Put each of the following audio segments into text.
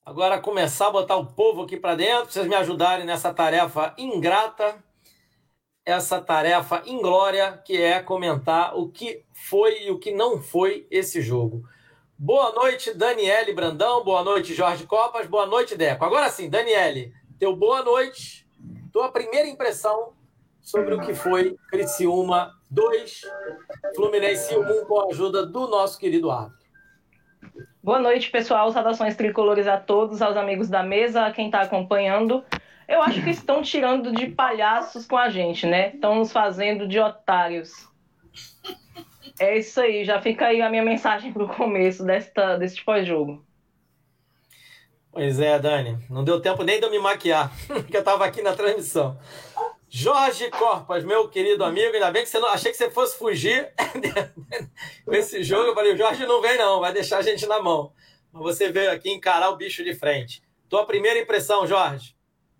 Agora começar a botar o povo aqui para dentro, pra vocês me ajudarem nessa tarefa ingrata, essa tarefa inglória, que é comentar o que foi e o que não foi esse jogo. Boa noite, Daniele Brandão, boa noite, Jorge Copas, boa noite, Deco. Agora sim, Daniele, teu boa noite, tua primeira impressão sobre o que foi Criciúma 2, Fluminense 1, com a ajuda do nosso querido árbitro. Boa noite, pessoal. Saudações tricolores a todos, aos amigos da mesa, a quem está acompanhando. Eu acho que estão tirando de palhaços com a gente, né? Estão nos fazendo de otários. É isso aí, já fica aí a minha mensagem para o começo desse pós-jogo. Pois é, Dani, não deu tempo nem de eu me maquiar, porque eu estava aqui na transmissão. Jorge Corpas, meu querido amigo, ainda bem que você não... Achei que você fosse fugir com esse jogo. Eu falei, o Jorge não vem não, vai deixar a gente na mão. Mas você veio aqui encarar o bicho de frente. Tua primeira impressão, Jorge?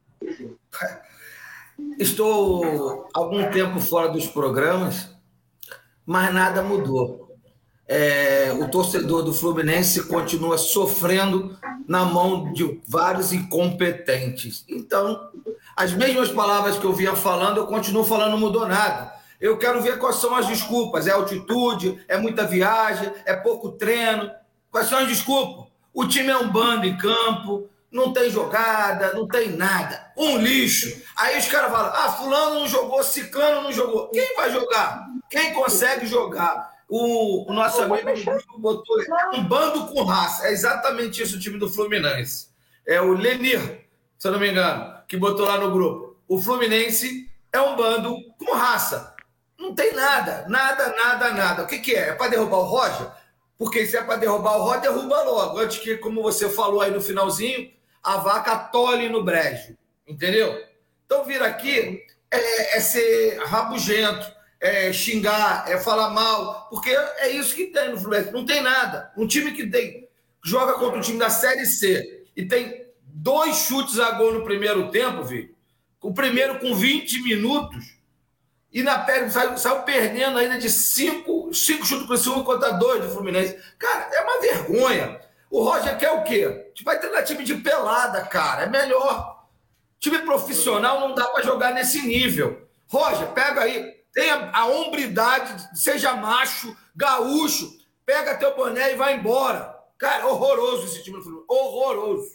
Estou há algum tempo fora dos programas, mas nada mudou. O torcedor do Fluminense continua sofrendo na mão de vários incompetentes. Então, as mesmas palavras que eu vinha falando, eu continuo falando, não mudou nada. Eu quero ver quais são as desculpas. É altitude, é muita viagem, é pouco treino. Quais são as desculpas? O time é um bando em campo, não tem jogada, não tem nada. Um lixo. Aí os caras falam, fulano não jogou, ciclano não jogou. Quem vai jogar? Quem consegue jogar? O nosso amigo botou um bando com raça. É exatamente isso o time do Fluminense. É o Lenir, se eu não me engano, que botou lá no grupo. O Fluminense é um bando com raça. Não tem nada. O que é? É para derrubar o Roger? Porque se é para derrubar o Roger, derruba logo. Antes que, como você falou aí no finalzinho, a vaca tole no brejo. Entendeu? Então vir aqui é ser rabugento, é xingar, é falar mal, porque é isso que tem no Fluminense, não tem nada. Um time que joga contra um time da Série C e tem 2 chutes a gol no primeiro tempo, viu? O primeiro com 20 minutos e na pele saiu perdendo ainda de 5 chutes para cima contra 2 do Fluminense. Cara, é uma vergonha. O Roger quer o quê? A gente vai treinar time de pelada, cara, é melhor. Time profissional não dá para jogar nesse nível. Roger, pega aí, tenha a hombridade, seja macho, gaúcho, pega teu boné e vai embora. Cara, horroroso esse time do Fluminense. Horroroso.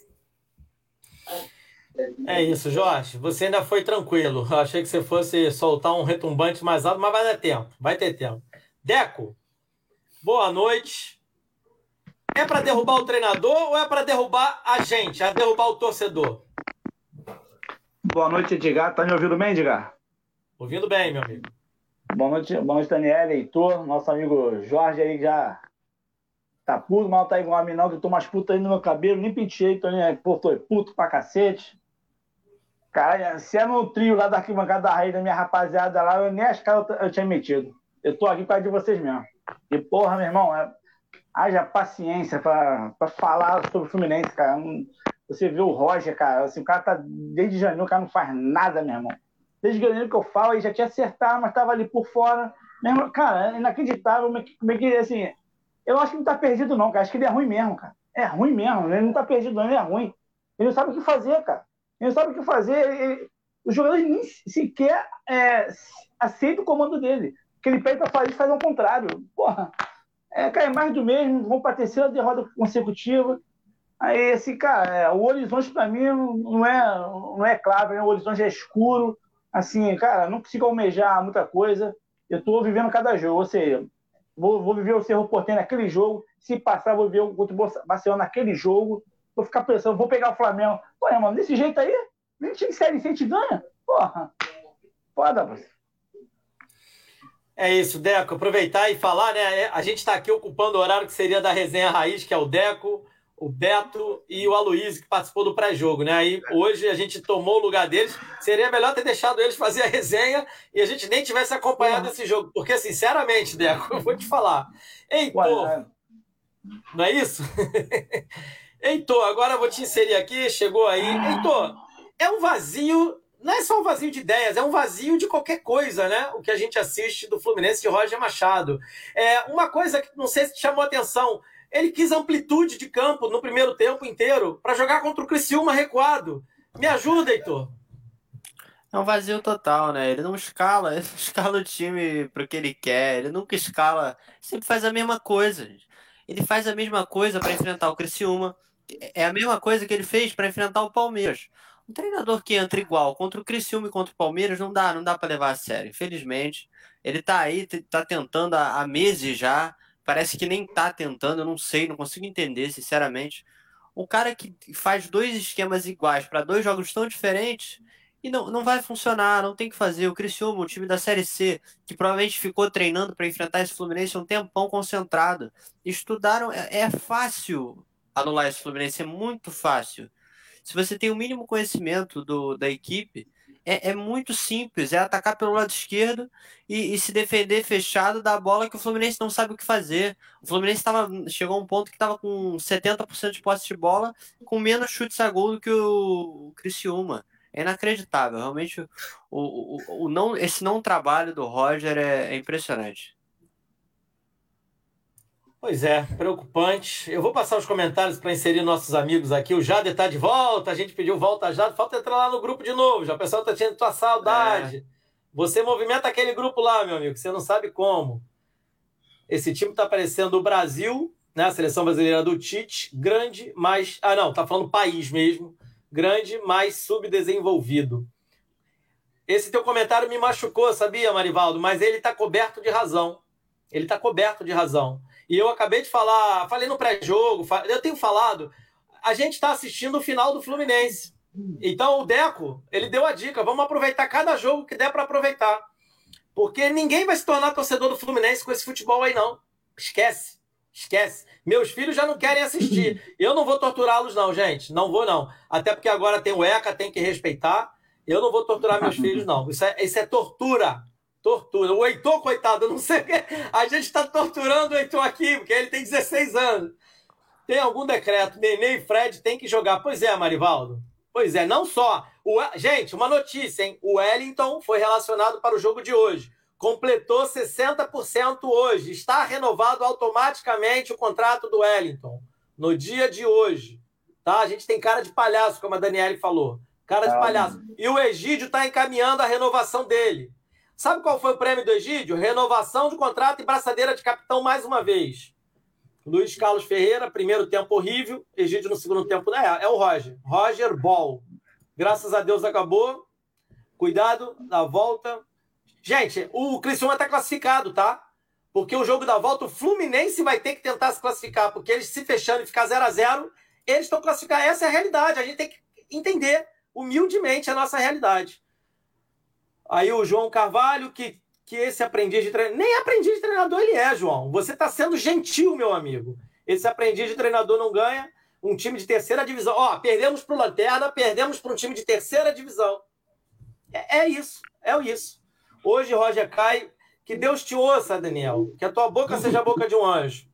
É isso, Jorge. Você ainda foi tranquilo. Eu achei que você fosse soltar um retumbante mais alto, mas vai dar tempo. Vai ter tempo. Deco, boa noite. É para derrubar o treinador ou é para derrubar a gente, a derrubar o torcedor? Boa noite, Edgar. Tá me ouvindo bem, Edgar? Ouvindo bem, meu amigo. Boa noite, Daniela, Heitor, nosso amigo Jorge aí já tá puto, mas não tá igual a mim não, que eu tô mais puto aí no meu cabelo, nem penteei, tô puto pra cacete. Cara, se é no trio lá da arquibancada da raiz da minha rapaziada lá, eu nem as caras eu tinha metido. Eu tô aqui por causa de vocês mesmo. E porra, meu irmão, haja paciência pra falar sobre o Fluminense, cara. Você vê o Roger, cara, assim, o cara tá desde janeiro, o cara não faz nada, meu irmão. Desde janeiro que eu falo, ele já tinha acertado, mas tava ali por fora. Mesmo, cara, é inacreditável. Como é que, assim, eu acho que não tá perdido, não, cara. Acho que ele é ruim mesmo, cara. É ruim mesmo. Ele não tá perdido, não, ele é ruim. Ele não sabe o que fazer, cara. Ele não sabe o que fazer. Os jogadores nem sequer aceitam o comando dele. O que ele pede pra fazer, faz ao contrário. Porra, cara, é mais do mesmo. Vão pra terceira derrota consecutiva. Aí, assim, cara, o horizonte pra mim não é claro, né? O horizonte é escuro. Assim, cara, não consigo almejar muita coisa. Eu tô vivendo cada jogo. Ou seja, vou viver o Cerro Porteño naquele jogo. Se passar, vou viver o contra o Barcelona naquele jogo. Vou ficar pensando, vou pegar o Flamengo. Pô, mano, desse jeito aí, nem time Série C te ganha. Porra, foda, você. É isso, Deco. Aproveitar e falar, né? A gente tá aqui ocupando o horário que seria da resenha raiz, que é o Deco, o Beto e o Aloysio, que participou do pré-jogo, né? Aí hoje a gente tomou o lugar deles. Seria melhor ter deixado eles fazer a resenha e a gente nem tivesse acompanhado esse jogo. Porque, sinceramente, Deco, eu vou te falar. Heitor, não é isso? Heitor, agora eu vou te inserir aqui. Chegou aí. Heitor, é um vazio... Não é só um vazio de ideias, é um vazio de qualquer coisa, né? O que a gente assiste do Fluminense de Roger Machado. Uma coisa que não sei se te chamou a atenção... Ele quis amplitude de campo no primeiro tempo inteiro para jogar contra o Criciúma recuado. Me ajuda, Heitor. É um vazio total, né? Ele não escala o time pro que ele quer, ele nunca escala, sempre faz a mesma coisa, gente. Ele faz a mesma coisa para enfrentar o Criciúma, é a mesma coisa que ele fez para enfrentar o Palmeiras. Um treinador que entra igual contra o Criciúma e contra o Palmeiras não dá para levar a sério, infelizmente. Ele tá aí, tá tentando há meses já, parece que nem tá tentando, eu não sei, não consigo entender, sinceramente. O cara que faz 2 esquemas iguais para 2 jogos tão diferentes. E não vai funcionar, não tem que fazer. O Criciúma, o time da Série C, que provavelmente ficou treinando para enfrentar esse Fluminense um tempão concentrado. Estudaram, é fácil anular esse Fluminense, é muito fácil. Se você tem o mínimo conhecimento da equipe, é muito simples, é atacar pelo lado esquerdo e se defender fechado da bola que o Fluminense não sabe o que fazer. O Fluminense chegou a um ponto que estava com 70% de posse de bola, com menos chutes a gol do que o Criciúma. É inacreditável, realmente esse não trabalho do Roger é impressionante. Pois é, preocupante. Eu vou passar os comentários para inserir nossos amigos aqui. O Jader está de volta, a gente pediu volta a Jader, falta entrar lá no grupo de novo, já o pessoal está tendo tua saudade. Você movimenta aquele grupo lá, meu amigo, que você não sabe como. Esse time está parecendo o Brasil, né? A seleção brasileira do Tite, grande, mas... Ah, não, tá falando país mesmo. Grande, mas subdesenvolvido. Esse teu comentário me machucou, sabia, Marivaldo? Mas ele está coberto de razão. Ele está coberto de razão. E eu acabei de falar, falei no pré-jogo, eu tenho falado, a gente está assistindo o final do Fluminense. Então o Deco, ele deu a dica, vamos aproveitar cada jogo que der para aproveitar. Porque ninguém vai se tornar torcedor do Fluminense com esse futebol aí, não. Esquece. Meus filhos já não querem assistir. Eu não vou torturá-los, não, gente. Não vou, não. Até porque agora tem o ECA, tem que respeitar. Eu não vou torturar meus filhos, não. Isso é tortura. Tortura. O Heitor, coitado, eu não sei. A gente está torturando o Heitor aqui, porque ele tem 16 anos. Tem algum decreto. Nenê e Fred tem que jogar. Pois é, Marivaldo. Pois é, não só. Gente, uma notícia, hein? O Wellington foi relacionado para o jogo de hoje. Completou 60% hoje. Está renovado automaticamente o contrato do Wellington. No dia de hoje. Tá? A gente tem cara de palhaço, como a Daniele falou. Cara de palhaço. E o Egídio está encaminhando a renovação dele. Sabe qual foi o prêmio do Egídio? Renovação de contrato e braçadeira de capitão mais uma vez. Luiz Carlos Ferreira, primeiro tempo horrível. Egídio no segundo tempo. É o Roger. Roger Ball. Graças a Deus acabou. Cuidado da volta. Gente, o Criciúma está classificado, tá? Porque o jogo da volta, o Fluminense vai ter que tentar se classificar, porque eles se fechando e ficar 0-0, eles estão classificados. Essa é a realidade. A gente tem que entender humildemente a nossa realidade. Aí o João Carvalho, que esse aprendiz de treinador... Nem aprendiz de treinador ele é, João. Você está sendo gentil, meu amigo. Esse aprendiz de treinador não ganha um time de terceira divisão. Perdemos para o Lanterna, perdemos para um time de terceira divisão. É isso. Hoje, Roger cai. Que Deus te ouça, Daniel. Que a tua boca seja a boca de um anjo.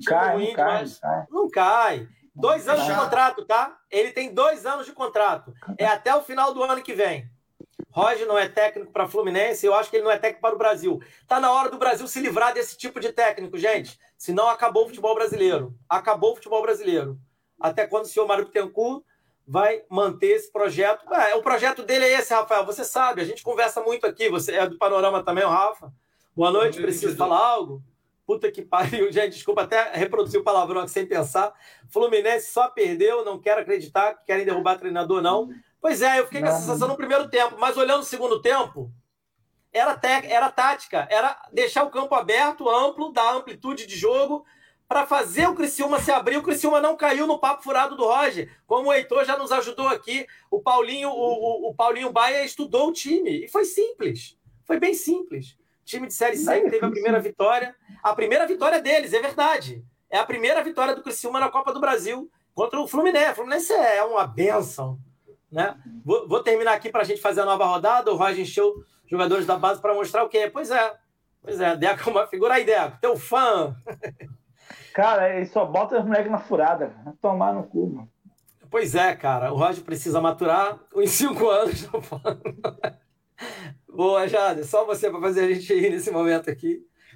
Não cai. 2 anos de contrato, tá? Ele tem 2 anos de contrato. É até o final do ano que vem. Roger não é técnico para Fluminense, eu acho que ele não é técnico para o Brasil. Tá na hora do Brasil se livrar desse tipo de técnico, gente. Senão acabou o futebol brasileiro. Acabou o futebol brasileiro. Até quando o senhor Mário Bittencourt vai manter esse projeto? O projeto dele é esse, Rafael. Você sabe, a gente conversa muito aqui. Você é do Panorama também, o Rafa. Boa noite, preciso falar algo? Puta que pariu. Gente, desculpa até reproduzir o palavrão aqui sem pensar. Fluminense só perdeu, não quero acreditar que querem derrubar treinador, não. Pois é, eu fiquei com essa sensação no primeiro tempo, mas olhando o segundo tempo, era tática, era deixar o campo aberto, amplo, dar amplitude de jogo, para fazer o Criciúma se abrir. O Criciúma não caiu no papo furado do Roger, como o Heitor já nos ajudou aqui. O Paulinho Baia estudou o time, e foi simples, foi bem simples. Time de Série C que teve a primeira vitória. A primeira vitória deles, é verdade. É a primeira vitória do Criciúma na Copa do Brasil contra o Fluminense. O Fluminense é uma bênção, né? Vou terminar aqui para a gente fazer a nova rodada. O Roger encheu os jogadores da base para mostrar o quê? Pois é. Deco é uma figura aí, Deco. Teu fã. Cara, ele só bota os moleques na furada. Vai tomar no cu, mano. Pois é, cara. O Roger precisa maturar uns 5 anos. Boa, Jade. Só você para fazer a gente ir nesse momento aqui.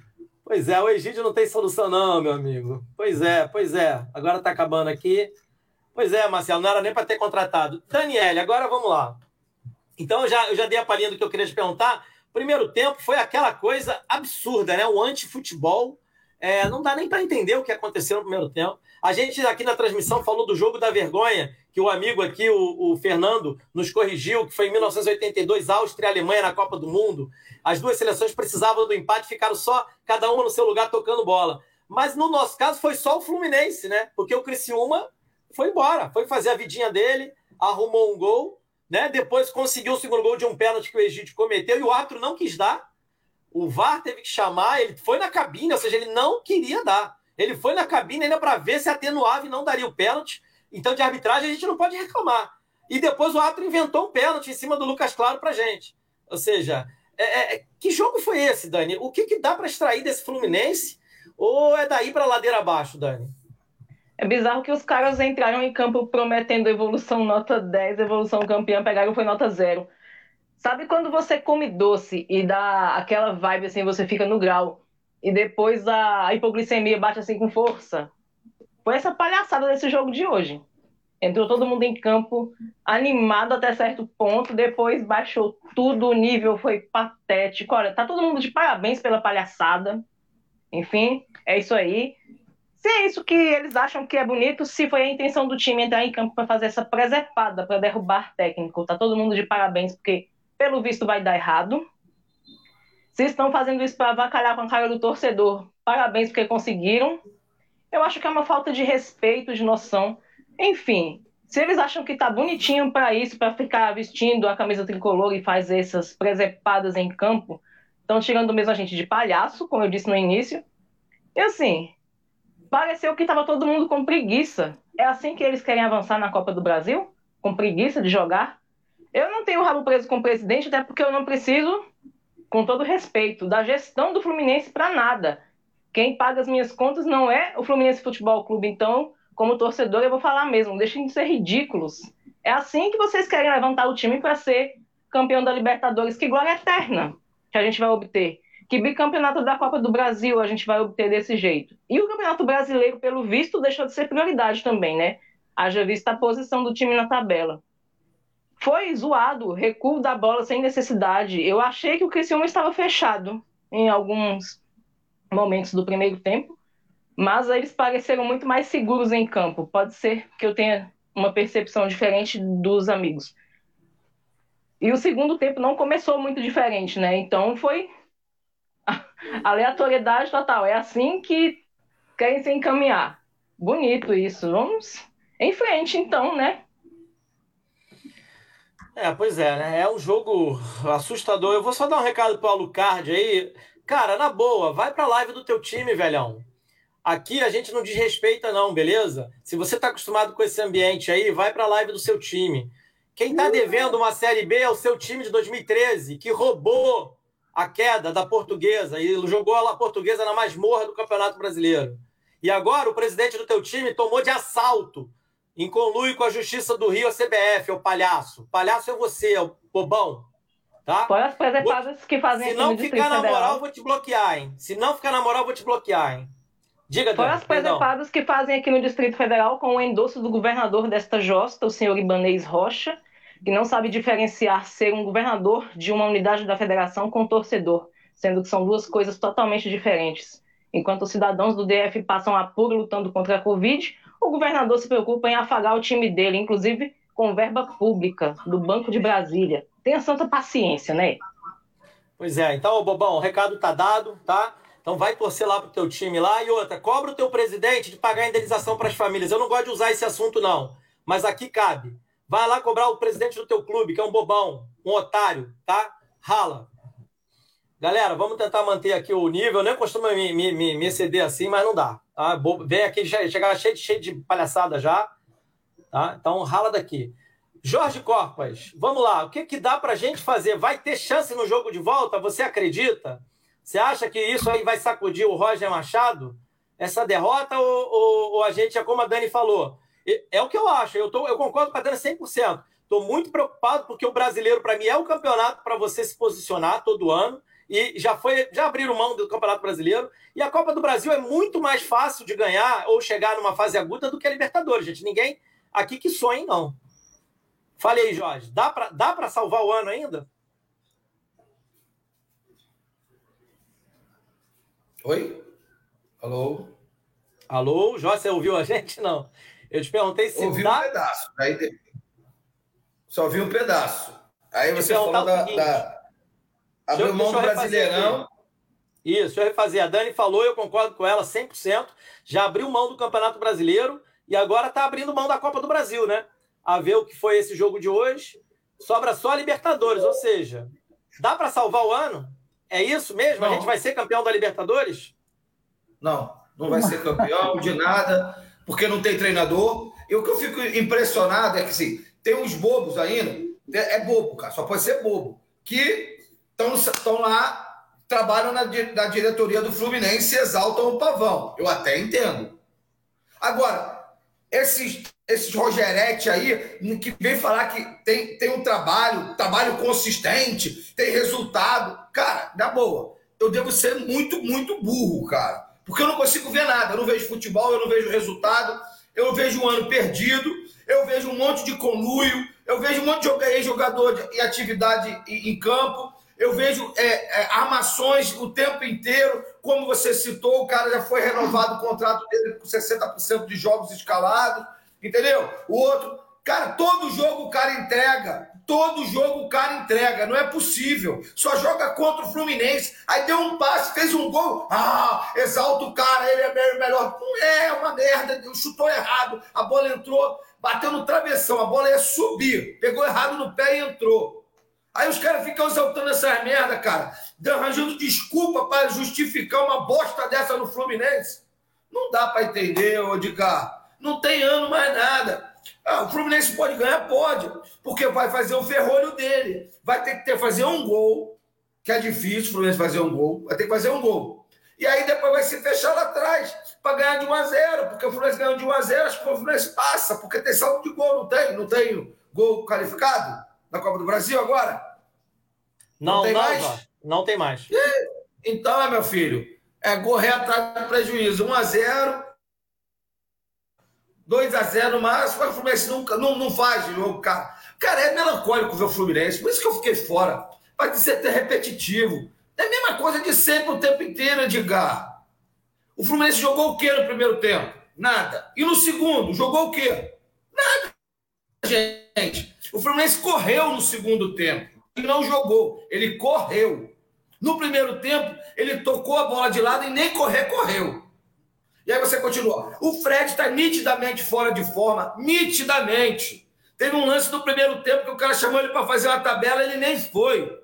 Pois é, o Egídio não tem solução não, meu amigo. Pois é. Agora tá acabando aqui. Pois é, Marcelo, não era nem para ter contratado. Daniele, agora vamos lá. Então, eu já dei a palhinha do que eu queria te perguntar. Primeiro tempo foi aquela coisa absurda, né? O anti-futebol. Não dá nem para entender o que aconteceu no primeiro tempo. A gente aqui na transmissão falou do jogo da vergonha, que o amigo aqui, o Fernando, nos corrigiu, que foi em 1982, Áustria e Alemanha na Copa do Mundo. As duas seleções precisavam do empate, ficaram só cada uma no seu lugar tocando bola. Mas no nosso caso foi só o Fluminense, né? Porque o Criciúma foi embora, foi fazer a vidinha dele, arrumou um gol, né? Depois conseguiu o segundo gol de um pênalti que o Egídio cometeu e o árbitro não quis dar. O VAR teve que chamar, ele foi na cabine, ou seja, ele não queria dar. Ele foi na cabine ainda para ver se atenuava e não daria o pênalti. Então, de arbitragem, a gente não pode reclamar. E depois o árbitro inventou um pênalti em cima do Lucas Claro pra gente. Ou seja, que jogo foi esse, Dani? O que dá para extrair desse Fluminense? Ou é daí para ladeira abaixo, Dani? É bizarro que os caras entraram em campo prometendo evolução nota 10, evolução campeã, pegaram foi nota 0. Sabe quando você come doce e dá aquela vibe assim, você fica no grau, e depois a hipoglicemia bate assim com força? Foi essa palhaçada desse jogo de hoje. Entrou todo mundo em campo animado até certo ponto, depois baixou tudo, o nível foi patético. Olha, tá todo mundo de parabéns pela palhaçada. Enfim, é isso aí. Se é isso que eles acham que é bonito, se foi a intenção do time entrar em campo para fazer essa presepada, para derrubar técnico, tá todo mundo de parabéns, porque pelo visto vai dar errado. Se estão fazendo isso para avacalhar com a cara do torcedor, parabéns porque conseguiram. Eu acho que é uma falta de respeito, de noção. Enfim, se eles acham que tá bonitinho para isso, para ficar vestindo a camisa tricolor e fazer essas presepadas em campo, estão tirando mesmo a gente de palhaço, como eu disse no início. E assim, pareceu que estava todo mundo com preguiça. É assim que eles querem avançar na Copa do Brasil? Com preguiça de jogar? Eu não tenho rabo preso com o presidente, até porque eu não preciso, com todo respeito, da gestão do Fluminense para nada. Quem paga as minhas contas não é o Fluminense Futebol Clube. Então, como torcedor, eu vou falar mesmo, deixem de ser ridículos. É assim que vocês querem levantar o time para ser campeão da Libertadores. Que glória eterna que a gente vai obter. Que bicampeonato da Copa do Brasil a gente vai obter desse jeito. E o Campeonato Brasileiro, pelo visto, deixou de ser prioridade também, né? Haja vista a posição do time na tabela. Foi zoado, recuo da bola sem necessidade. Eu achei que o Criciúma estava fechado em alguns momentos do primeiro tempo, mas eles pareceram muito mais seguros em campo. Pode ser que eu tenha uma percepção diferente dos amigos. E o segundo tempo não começou muito diferente, né? Então foi aleatoriedade total. É assim que querem se encaminhar. Bonito isso. Vamos em frente, então, né? Pois é, né? É um jogo assustador. Eu vou só dar um recado pro Alucard aí. Cara, na boa, vai pra live do teu time, velhão. Aqui a gente não desrespeita não, beleza? Se você tá acostumado com esse ambiente aí, vai pra live do seu time. Quem tá devendo uma Série B é o seu time de 2013, que roubou a queda da Portuguesa e jogou a Portuguesa na masmorra do Campeonato Brasileiro. E agora o presidente do teu time tomou de assalto, em conluio com a Justiça do Rio, a CBF, o palhaço. Palhaço é você, é o bobão. Tá? Fora as presepadas que fazem aqui no Distrito Federal. Se não ficar na moral, eu vou te bloquear, hein? Se não ficar na moral, eu vou te bloquear, hein? Diga, Fora as presepadas que fazem aqui no Distrito Federal com o endosso do governador desta josta, o senhor Ibanez Rocha, que não sabe diferenciar ser um governador de uma unidade da federação com torcedor, sendo que são duas coisas totalmente diferentes. Enquanto os cidadãos do DF passam apuro lutando contra a Covid, o governador se preocupa em afagar o time dele, inclusive com verba pública do Banco de Brasília. Tenha santa paciência, né? Pois é, então, bobão, o recado tá dado, tá? Então vai torcer lá pro teu time lá. E outra, cobra o teu presidente de pagar a indenização para as famílias. Eu não gosto de usar esse assunto, não. Mas aqui cabe. Vai lá cobrar o presidente do teu clube, que é um bobão, um otário, tá? Rala. Galera, vamos tentar manter aqui o nível. Eu nem costumo me exceder assim, mas não dá. Tá? Vem aqui, chegar cheio de palhaçada já. Tá? Então rala daqui. Jorge Corpas, vamos lá. O que dá pra gente fazer? Vai ter chance no jogo de volta? Você acredita? Você acha que isso aí vai sacudir o Roger Machado? Essa derrota ou a gente, é como a Dani falou? É o que eu acho. Eu concordo com a Dani 100%. Estou muito preocupado porque o brasileiro, para mim, é o campeonato para você se posicionar todo ano. e já abriram mão do Campeonato Brasileiro. E a Copa do Brasil é muito mais fácil de ganhar ou chegar numa fase aguda do que a Libertadores, gente. Ninguém aqui que sonhe, não. Fale aí, Jorge. Dá para salvar o ano ainda? Oi? Alô? Alô? Jorge, você ouviu a gente? Não. Eu te perguntei se ouvi dá... um pedaço. Só vi um pedaço. Aí você falou abriu mão do Brasileirão. Isso, deixa eu refazer. A Dani falou, eu concordo com ela 100%. Já abriu mão do Campeonato Brasileiro e agora está abrindo mão da Copa do Brasil, né? A ver o que foi esse jogo de hoje. Sobra só a Libertadores, ou seja, dá para salvar o ano? É isso mesmo? Não. A gente vai ser campeão da Libertadores? Não vai ser campeão de nada, porque não tem treinador. E o que eu fico impressionado é que, assim, tem uns bobos ainda, é bobo, cara, só pode ser bobo, que estão lá, trabalham na diretoria do Fluminense e exaltam o Pavão. Eu até entendo. Agora, esses Rogerete aí, que vem falar que tem um trabalho consistente, tem resultado. Cara, na boa, eu devo ser muito, muito burro, cara. Porque eu não consigo ver nada. Eu não vejo futebol, eu não vejo resultado, eu vejo um ano perdido, eu vejo um monte de conluio, eu vejo um monte de jogador em atividade em campo, eu vejo armações o tempo inteiro. Como você citou, o cara já foi renovado o contrato dele com 60% de jogos escalados, entendeu? O outro, cara, todo jogo o cara entrega. Todo jogo o cara entrega, não é possível. Só joga contra o Fluminense. Aí deu um passe, fez um gol. Exalta o cara, ele é melhor. Não é uma merda, chutou errado. A bola entrou, bateu no travessão. A bola ia subir, pegou errado no pé e entrou. Aí os caras ficam exaltando essas merda, cara, arranjando desculpa para justificar uma bosta dessa no Fluminense. Não dá para entender, Edgar. Não tem ano mais nada. O Fluminense pode ganhar? Pode, porque vai fazer o ferrolho dele. Vai ter que fazer um gol, que é difícil o Fluminense fazer um gol. Vai ter que fazer um gol. E aí depois vai se fechar lá atrás para ganhar de 1-0, porque o Fluminense ganhou de 1-0, acho que o Fluminense passa, porque tem saldo de gol, não tem gol qualificado na Copa do Brasil agora? Não tem mais? Não tem mais. Então, meu filho, correr atrás do prejuízo. 1-0, 2-0 no máximo, o Fluminense nunca não faz jogo, cara. Cara, é melancólico ver o Fluminense, por isso que eu fiquei fora. Vai ser até repetitivo. É a mesma coisa de sempre o tempo inteiro, Edgar. O Fluminense jogou o quê no primeiro tempo? Nada. E no segundo, jogou o quê? Nada, gente. O Fluminense correu no segundo tempo. Ele não jogou, ele correu. No primeiro tempo, ele tocou a bola de lado e nem correu. E aí você continua. O Fred está nitidamente fora de forma, nitidamente. Teve um lance no primeiro tempo que o cara chamou ele para fazer uma tabela, ele nem foi.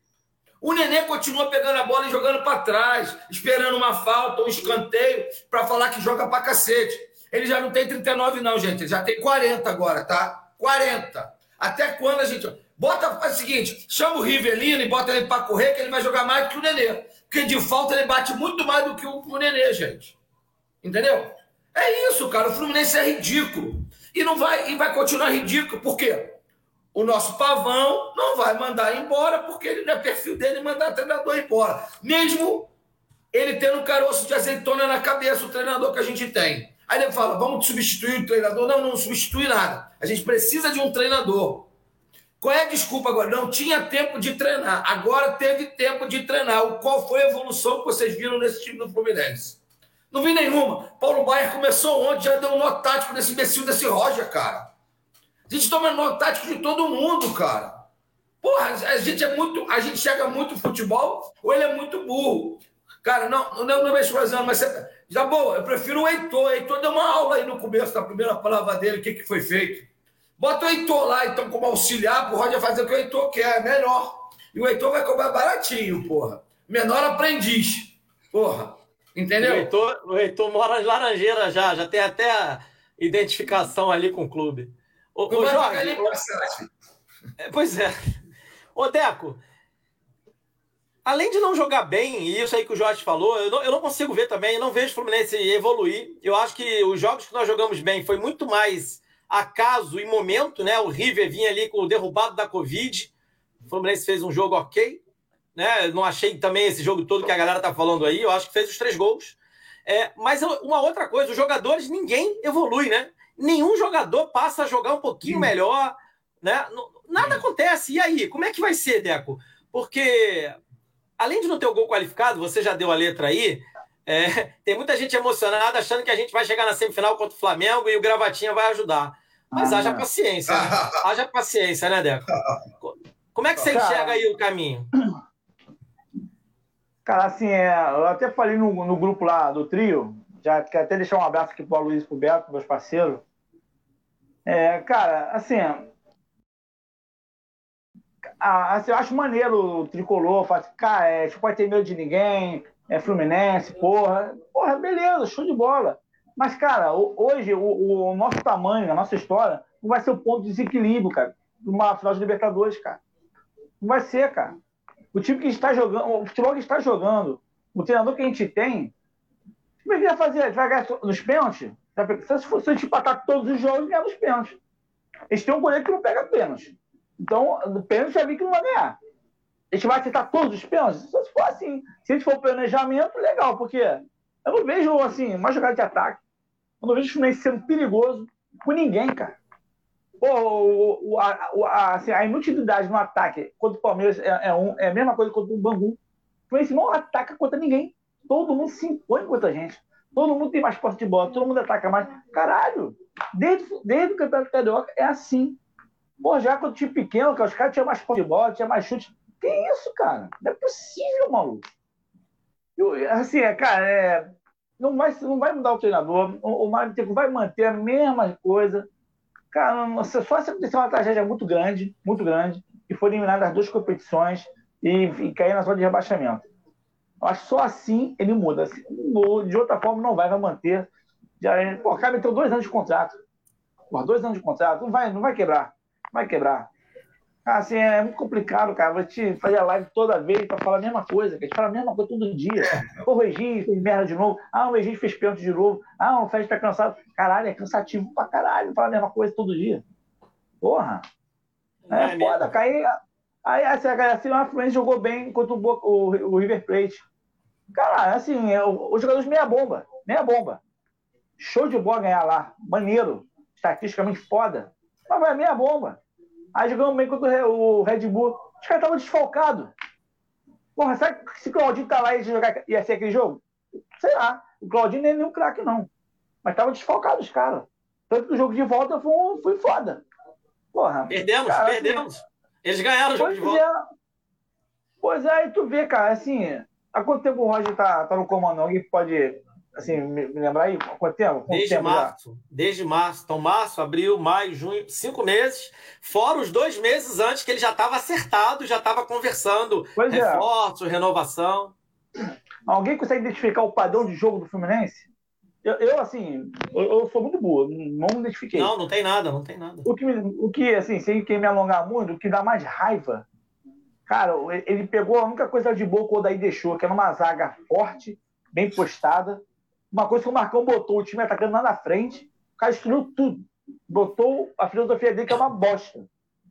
O Nenê continua pegando a bola e jogando para trás, esperando uma falta, um escanteio, para falar que joga para cacete. Ele já não tem 39 não, gente. Ele já tem 40 agora, tá? 40. Até quando a gente... faz o seguinte, chama o Rivelino e bota ele para correr, que ele vai jogar mais do que o Nenê. Porque de falta ele bate muito mais do que o Nenê, gente. Entendeu? É isso, cara. O Fluminense é ridículo. E vai continuar ridículo. Por quê? O nosso Pavão não vai mandar embora, porque ele não é perfil dele mandar treinador embora. Mesmo ele tendo um caroço de azeitona na cabeça, o treinador que a gente tem. Aí ele fala, vamos substituir o treinador? Não substitui nada. A gente precisa de um treinador. Qual é a desculpa agora? Não tinha tempo de treinar. Agora teve tempo de treinar. Qual foi a evolução que vocês viram nesse time do Fluminense? Não vi nenhuma. Paulo Baier começou ontem, já deu um nó tático desse imbecil desse Roger, cara. A gente toma nó tático de todo mundo, cara. Porra, a gente chega muito no futebol ou ele é muito burro. Cara, não é menosprezando, mas já boa, eu prefiro o Heitor. O Heitor deu uma aula aí no começo da primeira palavra dele, o que foi feito. Bota o Heitor lá, então, como auxiliar pro Roger fazer o que o Heitor quer, é melhor. E o Heitor vai cobrar baratinho, porra. Menor aprendiz, porra. Entendeu? O Heitor mora em Laranjeira já tem até a identificação ali com o clube. Ô Jorge, pois é. Ô Deco, além de não jogar bem, e isso aí que o Jorge falou, eu não consigo ver também, eu não vejo o Fluminense evoluir. Eu acho que os jogos que nós jogamos bem foi muito mais acaso e momento, né? O River vinha ali com o derrubado da Covid, o Fluminense fez um jogo ok, né? Eu não achei também esse jogo todo que a galera tá falando aí. Eu acho que fez os 3 gols. Mas uma outra coisa, os jogadores, ninguém evolui, né? Nenhum jogador passa a jogar um pouquinho melhor, né? Nada acontece. E aí, como é que vai ser, Deco? Porque, além de não ter o gol qualificado, você já deu a letra aí, tem muita gente emocionada achando que a gente vai chegar na semifinal contra o Flamengo e o Gravatinha vai ajudar. Mas haja paciência, né? Haja paciência, né, Deco? Como é que você enxerga aí o caminho? Cara, assim, eu até falei no grupo lá do trio, já quero até deixar um abraço aqui pro Aloysio e pro Beto, meus parceiros. Cara, assim, eu acho maneiro o tricolor, cara, a gente pode ter medo de ninguém, Fluminense, porra, beleza, show de bola. Mas, cara, hoje o nosso tamanho, a nossa história, não vai ser o ponto de desequilíbrio, cara, de uma final de Libertadores, cara. Não vai ser, cara. O time que está jogando, o futebol que está jogando, o treinador que a gente tem, como é que vai fazer? A gente vai ganhar nos pênaltis? Se fosse a gente empatar todos os jogos, ganhar nos pênaltis. Eles têm um goleiro que não pega pênalti. Então, no pênalti já vi que não vai ganhar. A gente vai acertar todos os pênaltis? Só se for assim. Se a gente for planejamento, legal, porque eu não vejo, assim, uma jogada de ataque. Eu não vejo o Fluminense sendo perigoso com ninguém, cara. Assim, a inutilidade no ataque contra o Palmeiras é a mesma coisa contra o Bangu. O Fluminense não ataca contra ninguém. Todo mundo se impõe contra a gente. Todo mundo tem mais posse de bola, todo mundo ataca mais. Caralho, desde o Campeonato Carioca é assim. Já quando o time pequeno, os caras tinham mais posse de bola, tinha mais chute. Que isso, cara? Não é possível, maluco. Assim, cara, não vai mudar o treinador. O Mário Bittencourt vai manter a mesma coisa. Cara, só se acontecer uma tragédia muito grande, e for eliminado das 2 competições e cair na zona de rebaixamento. Eu acho que só assim ele muda. De outra forma, não vai manter. O cara meteu 2 anos de contrato. 2 anos de contrato. Não vai quebrar. Vai quebrar. Assim, é muito complicado, cara. Vou te fazer a live toda vez para falar a mesma coisa. A gente fala a mesma coisa todo dia. O Egídio fez merda de novo. O Egídio fez pênalti de novo. O Fred tá cansado. Caralho, é cansativo pra caralho falar a mesma coisa todo dia. Porra. É foda, cara. Aí assim, a Fluminense jogou bem contra o River Plate. Cara, assim, os jogadores meia bomba. Show de bola ganhar lá. Maneiro. Estatisticamente foda. Mas vai meia bomba. Aí jogamos bem contra o Red Bull. Os caras estavam desfalcados. Porra, sabe se o Claudinho tá lá e ia ser aquele jogo? Sei lá. O Claudinho nem é nenhum craque, não. Mas estavam desfalcados os caras. Tanto que o jogo de volta foi foda. Porra. Perdemos. Eles ganharam o jogo de volta. Pois é, aí tu vê, cara, assim, há quanto tempo o Roger tá no comando? Alguém pode, assim, me lembrar aí? Há quanto tempo? Desde março. Então, março, abril, maio, junho, 5 meses. Fora os 2 meses antes que ele já estava acertado, já estava conversando. Reforço, renovação. Alguém consegue identificar o padrão de jogo do Fluminense? Eu sou muito boa, não identifiquei. Não tem nada. O que assim, sem querer me alongar muito, o que dá mais raiva, cara, ele pegou a única coisa de boa que o Odair deixou, que era uma zaga forte, bem postada. Uma coisa que o Marcão botou o time atacando lá na frente, o cara destruiu tudo. Botou a filosofia dele, que é uma bosta.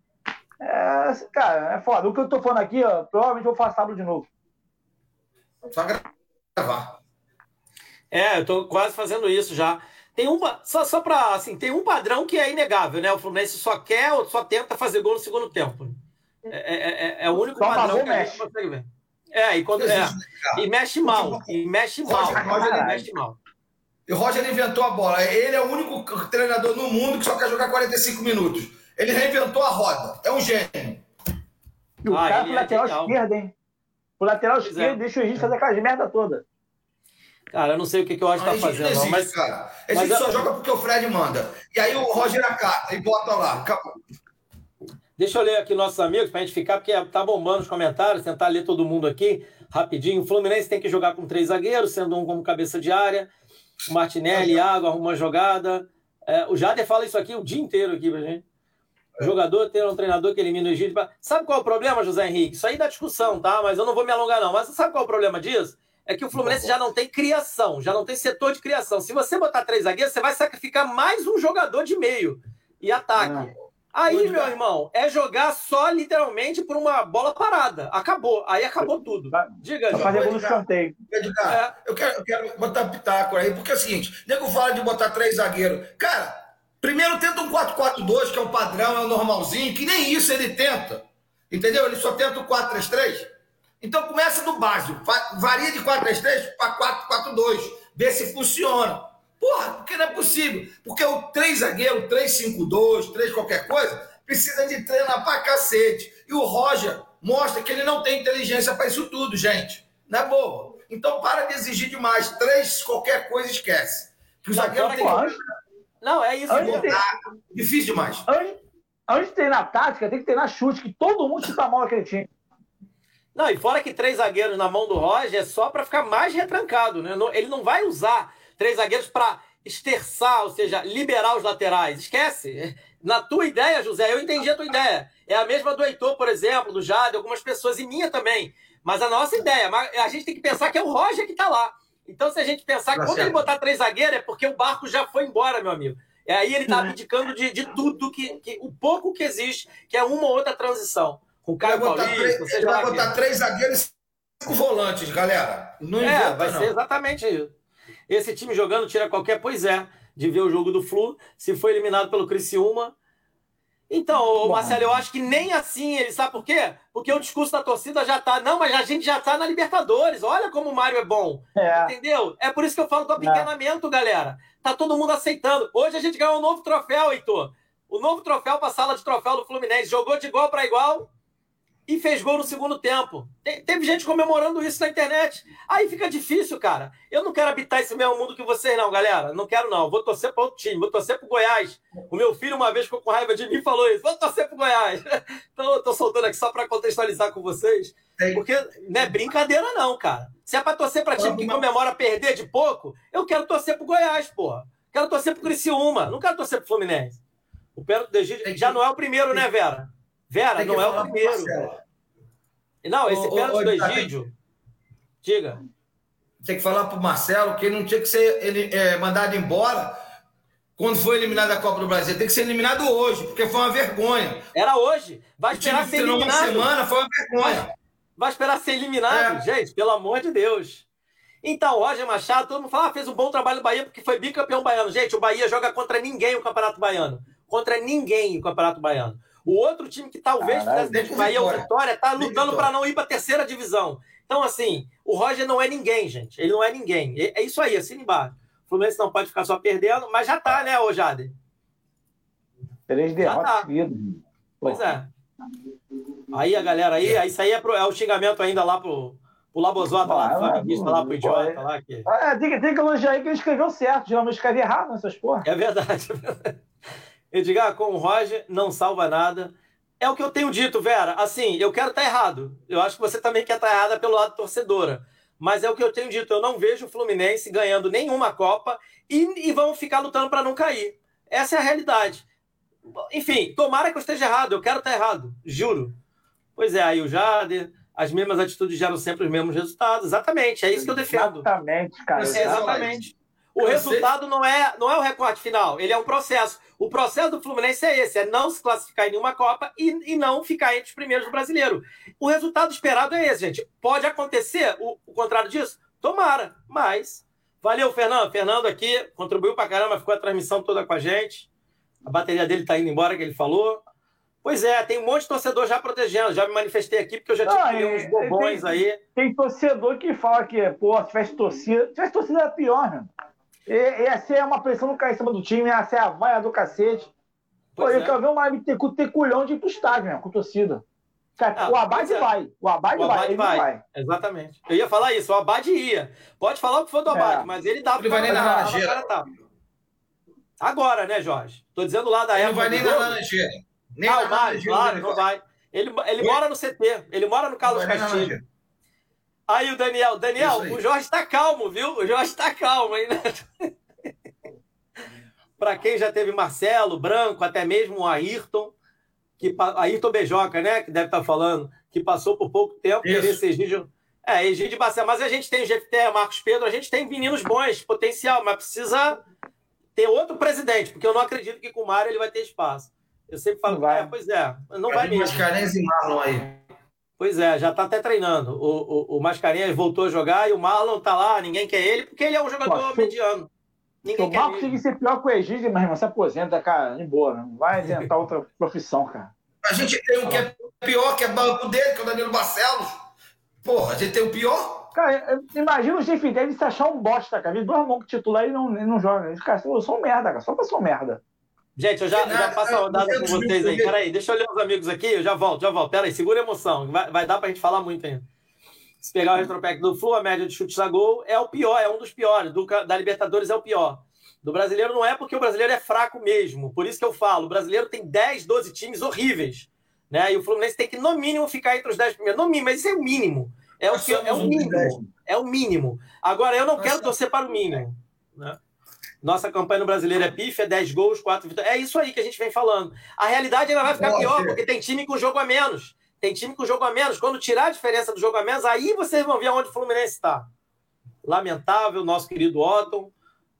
Cara, é foda. O que eu tô falando aqui, provavelmente eu vou falar sábado de novo. Só gravar. Eu tô quase fazendo isso já. Tem tem um padrão que é inegável, né? O Fluminense só quer ou só tenta fazer gol no segundo tempo. É o único padrão que a gente consegue ver. E mexe mal. Mexe mal. E o Roger inventou a bola. Ele é o único treinador no mundo que só quer jogar 45 minutos. Ele reinventou a roda. É um gênio. E o cara pro lateral esquerdo, hein? Pro lateral esquerdo, deixa o Egídio fazer aquelas merda toda. Cara, eu não sei o que o Roger tá fazendo. Não existe, cara. Ele só joga porque o Fred manda. E aí o Roger acata e bota lá. Acabou. Deixa eu ler aqui nossos amigos pra gente ficar, porque tá bombando os comentários, tentar ler todo mundo aqui rapidinho. O Fluminense tem que jogar com 3 zagueiros, sendo um como cabeça de área. O Martinelli, Iago, arruma uma jogada. O Jader fala isso aqui o dia inteiro aqui pra gente. O jogador ter um treinador que elimina o Egídio. Sabe qual é o problema, José Henrique? Isso aí dá discussão, tá? Mas eu não vou me alongar, não. Mas sabe qual é o problema disso? É que o Fluminense já não tem criação, já não tem setor de criação. Se você botar 3 zagueiros, você vai sacrificar mais um jogador de meio e ataque. Aí, meu irmão, é jogar só literalmente por uma bola parada. Acabou. Aí acabou tudo. Diga, João. Fazer gol no escanteio. Edgar, eu quero botar pitaco aí, porque é o seguinte, nego fala de botar 3 zagueiros. Cara, primeiro tenta um 4-4-2, que é o padrão, é o normalzinho, que nem isso ele tenta. Entendeu? Ele só tenta o 4-3-3. Então começa do básico. Varia de 4-3-3 para 4-4-2. Vê se funciona. Porra, porque não é possível. Porque o 3 zagueiro, 3-5-2, 3 qualquer coisa, precisa de treinar pra cacete. E o Roger mostra que ele não tem inteligência para isso tudo, gente. Não é bobo. Então para de exigir demais. 3 qualquer coisa, esquece. Que o zagueiro tem que... Não, é isso. Difícil demais. Antes de treinar tática, tem que treinar chute, que todo mundo chuta mal aquele time. Não, e fora que 3 zagueiros na mão do Roger é só para ficar mais retrancado, né? Ele não vai usar 3 zagueiros para esterçar, ou seja, liberar os laterais. Esquece. Na tua ideia, José, eu entendi a tua ideia. É a mesma do Heitor, por exemplo, do Jade, algumas pessoas, e minha também. Mas a nossa ideia, a gente tem que pensar que é o Roger que está lá. Então, se a gente pensar que quando ele botar 3 zagueiros, é porque o barco já foi embora, meu amigo. E aí ele está abdicando de tudo, o pouco que existe, que é uma ou outra transição. Com o Caio Paulista, ele vai botar 3 zagueiros e 5 volantes, galera. Não vai ser exatamente isso. Esse time jogando tira qualquer... Pois é, de ver o jogo do Flu, se foi eliminado pelo Criciúma. Então, Marcelo, eu acho que nem assim ele... Sabe por quê? Porque o discurso da torcida já tá... Não, mas a gente já tá na Libertadores. Olha como o Mário é bom. Entendeu? É por isso que eu falo do apequenamento, galera. Tá todo mundo aceitando. Hoje a gente ganhou um novo troféu, Heitor. O novo troféu para a sala de troféu do Fluminense. Jogou de igual para igual e fez gol no segundo tempo. Teve gente comemorando isso na internet. Aí fica difícil, cara. Eu não quero habitar esse mesmo mundo que vocês, não, galera. Não quero, não. Vou torcer para outro time. Vou torcer para o Goiás. O meu filho, uma vez, ficou com raiva de mim e falou isso. Vou torcer para o Goiás. Então, eu tô soltando aqui só para contextualizar com vocês. Porque não é brincadeira, não, cara. Se é para torcer para time que comemora perder de pouco, eu quero torcer para o Goiás, porra. Quero torcer para o Criciúma. Não quero torcer para o Fluminense. O pênalti do Egídio já não é o primeiro, né, Vera? Vera, não é o primeiro. Não, esse pênalti do Egídio... Diga. Tem que falar pro Marcelo que ele não tinha que ser mandado embora quando foi eliminado da Copa do Brasil. Tem que ser eliminado hoje, porque foi uma vergonha. Era hoje. Vai esperar ser eliminado. Uma semana, foi uma vergonha. Vai esperar ser eliminado, gente, pelo amor de Deus. Então, o Roger Machado, todo mundo fala, fez um bom trabalho no Bahia porque foi bicampeão baiano. Gente, o Bahia joga contra ninguém o Campeonato Baiano. Contra ninguém o Campeonato Baiano. O outro time que talvez fizesse dentro do Bahia, o Vitória, está lutando para não ir para a 3ª divisão. Então, assim, o Roger não é ninguém, gente. Ele não é ninguém. É isso aí, assina embaixo. O Fluminense não pode ficar só perdendo, mas já tá, né, ô Jade? 3 derrotas seguidas. Pois é. Aí a galera aí, isso aí é o xingamento ainda lá pro Labozota, lá pro idiota lá. Que... tem que elogiar aí que ele escreveu certo, geralmente escrevia errado nessas porra. É verdade. Edgar, com o Roger, não salva nada. É o que eu tenho dito, Vera. Assim, eu quero estar errado. Eu acho que você também quer estar errada pelo lado torcedora. Mas é o que eu tenho dito. Eu não vejo o Fluminense ganhando nenhuma Copa e vão ficar lutando para não cair. Essa é a realidade. Enfim, tomara que eu esteja errado. Eu quero estar errado. Juro. Pois é, aí o Jader, as mesmas atitudes geram sempre os mesmos resultados. Exatamente, é isso que eu defendo. Exatamente, cara. Exatamente. O resultado não é o recorte final, ele é um processo. O processo do Fluminense é esse, é não se classificar em nenhuma Copa e não ficar entre os primeiros do brasileiro. O resultado esperado é esse, gente. Pode acontecer o contrário disso? Tomara, mas... Valeu, Fernando. Fernando aqui contribuiu pra caramba, ficou a transmissão toda com a gente. A bateria dele tá indo embora, que ele falou. Pois é, tem um monte de torcedor já protegendo. Já me manifestei aqui porque eu já tive uns bobões aí. Tem torcedor que fala que, se tivesse torcida era pior, né? Ia ser uma pressão no cara em cima do time, ia ser a vaia do cacete. Eu quero ver o Mário ter culhão de ir pro estádio, né? Com torcida. O Abade vai. O Abade vai. Exatamente. Eu ia falar isso, o Abade ia. Pode falar o que for do Abade, mas ele dá Ele vai nem na Laranjeira. Agora, né, Jorge? Tô dizendo lá da época. Ele não vai nem na Laranjeira. Nem o Mário, claro, não vai. Ele mora no CT, ele mora no Carlos Castilho. Aí o Daniel, o Jorge está calmo, viu? O Jorge está calmo, hein? Para quem já teve Marcelo, Branco, até mesmo o Ayrton, Ayrton Bejoca, né? Que deve estar falando, que passou por pouco tempo. Esse Egídio Barcelos. Mas a gente tem Jefté, Marcos Pedro, a gente tem meninos bons, potencial, mas precisa ter outro presidente, porque eu não acredito que com o Mário ele vai ter espaço. Eu sempre falo, Não vai. pois é, não vai mesmo. Mascarenhas e Marlon aí. Pois é, já tá até treinando. O Mascarenhas voltou a jogar e o Marlon tá lá, ninguém quer ele, porque ele é um jogador mediano. Se Ninguém o quer Marco ele. conseguir ser pior que o Egídio, meu irmão, se aposenta, cara, de boa. Não vai tentar outra profissão, cara. A gente tem um que é pior, que é banco dele, que é o Danilo Barcelos. Porra, a gente tem o pior. Cara, imagina o Jeff Davis se achar um bosta, cara. Vi 2 mãos que titular e não joga. Cara, eu sou um merda, cara. Só pra ser um merda. Gente, eu já passo a rodada com vocês aí. Peraí, deixa eu ler os amigos aqui, eu já volto. Peraí, segura a emoção. Vai dar pra gente falar muito ainda. Se pegar o retrospecto do Flu, a média de chutes a gol é o pior, é um dos piores. Da Libertadores é o pior. Do brasileiro não é, porque o brasileiro é fraco mesmo. Por isso que eu falo, o brasileiro tem 10, 12 times horríveis. Né? E o Fluminense tem que, no mínimo, ficar entre os 10 primeiros. No mínimo, mas isso é o mínimo. É o mínimo. É o mínimo. Agora, eu não quero torcer para o mínimo. Né? Nossa campanha no brasileiro é pífia, 10 gols, 4 vitórias. É isso aí que a gente vem falando. A realidade ainda vai ficar pior, porque tem time com jogo a menos. Quando tirar a diferença do jogo a menos, aí vocês vão ver onde o Fluminense está. Lamentável, nosso querido Otton.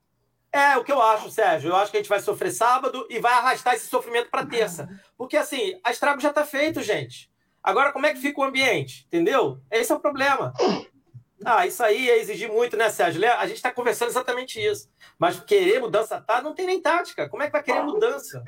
É o que eu acho, Sérgio. Eu acho que a gente vai sofrer sábado e vai arrastar esse sofrimento para terça. Porque, assim, a estrago já está feito, gente. Agora, como é que fica o ambiente? Entendeu? Esse é o problema. Isso aí é exigir muito, né, Sérgio? A gente está conversando exatamente isso. Mas querer mudança não tem nem tática. Como é que vai querer mudança?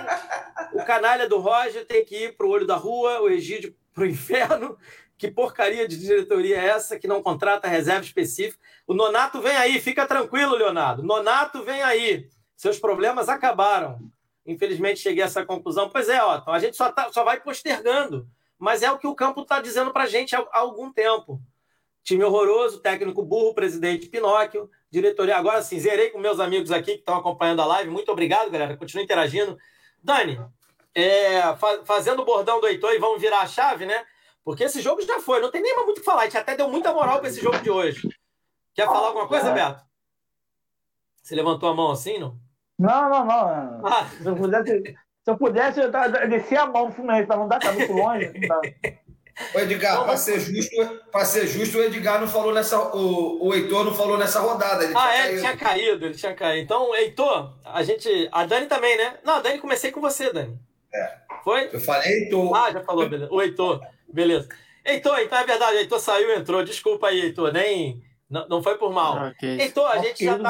O canalha do Roger tem que ir para o olho da rua, o Egídio para o inferno. Que porcaria de diretoria é essa que não contrata reserva específica? O Nonato vem aí, fica tranquilo, Leonardo. Nonato vem aí. Seus problemas acabaram. Infelizmente, cheguei a essa conclusão. Pois é, Otton, a gente só vai postergando. Mas é o que o campo está dizendo para a gente há algum tempo. Time horroroso, técnico burro, presidente Pinóquio, diretoria. Agora sim, zerei com meus amigos aqui que estão acompanhando a live. Muito obrigado, galera. Continua interagindo. Dani, fazendo o bordão do Heitor e vamos virar a chave, né? Porque esse jogo já foi, não tem nem muito o que falar. A gente até deu muita moral para esse jogo de hoje. Quer falar alguma coisa, Beto? Você levantou a mão assim, não? Não. Se eu pudesse, eu descer a mão pro Fluminense, mas não dá, tá muito longe. Ô, Edgar, para ser justo, o Edgar não falou o Heitor não falou nessa rodada. Ele tinha caído. Então, Heitor, a Dani também, né? Não, a Dani, comecei com você, Dani. Foi? Eu falei Heitor. Já falou, beleza. O Heitor, beleza. Heitor, então é verdade, o Heitor saiu e entrou. Desculpa aí, Heitor, não foi por mal. Okay. Heitor, a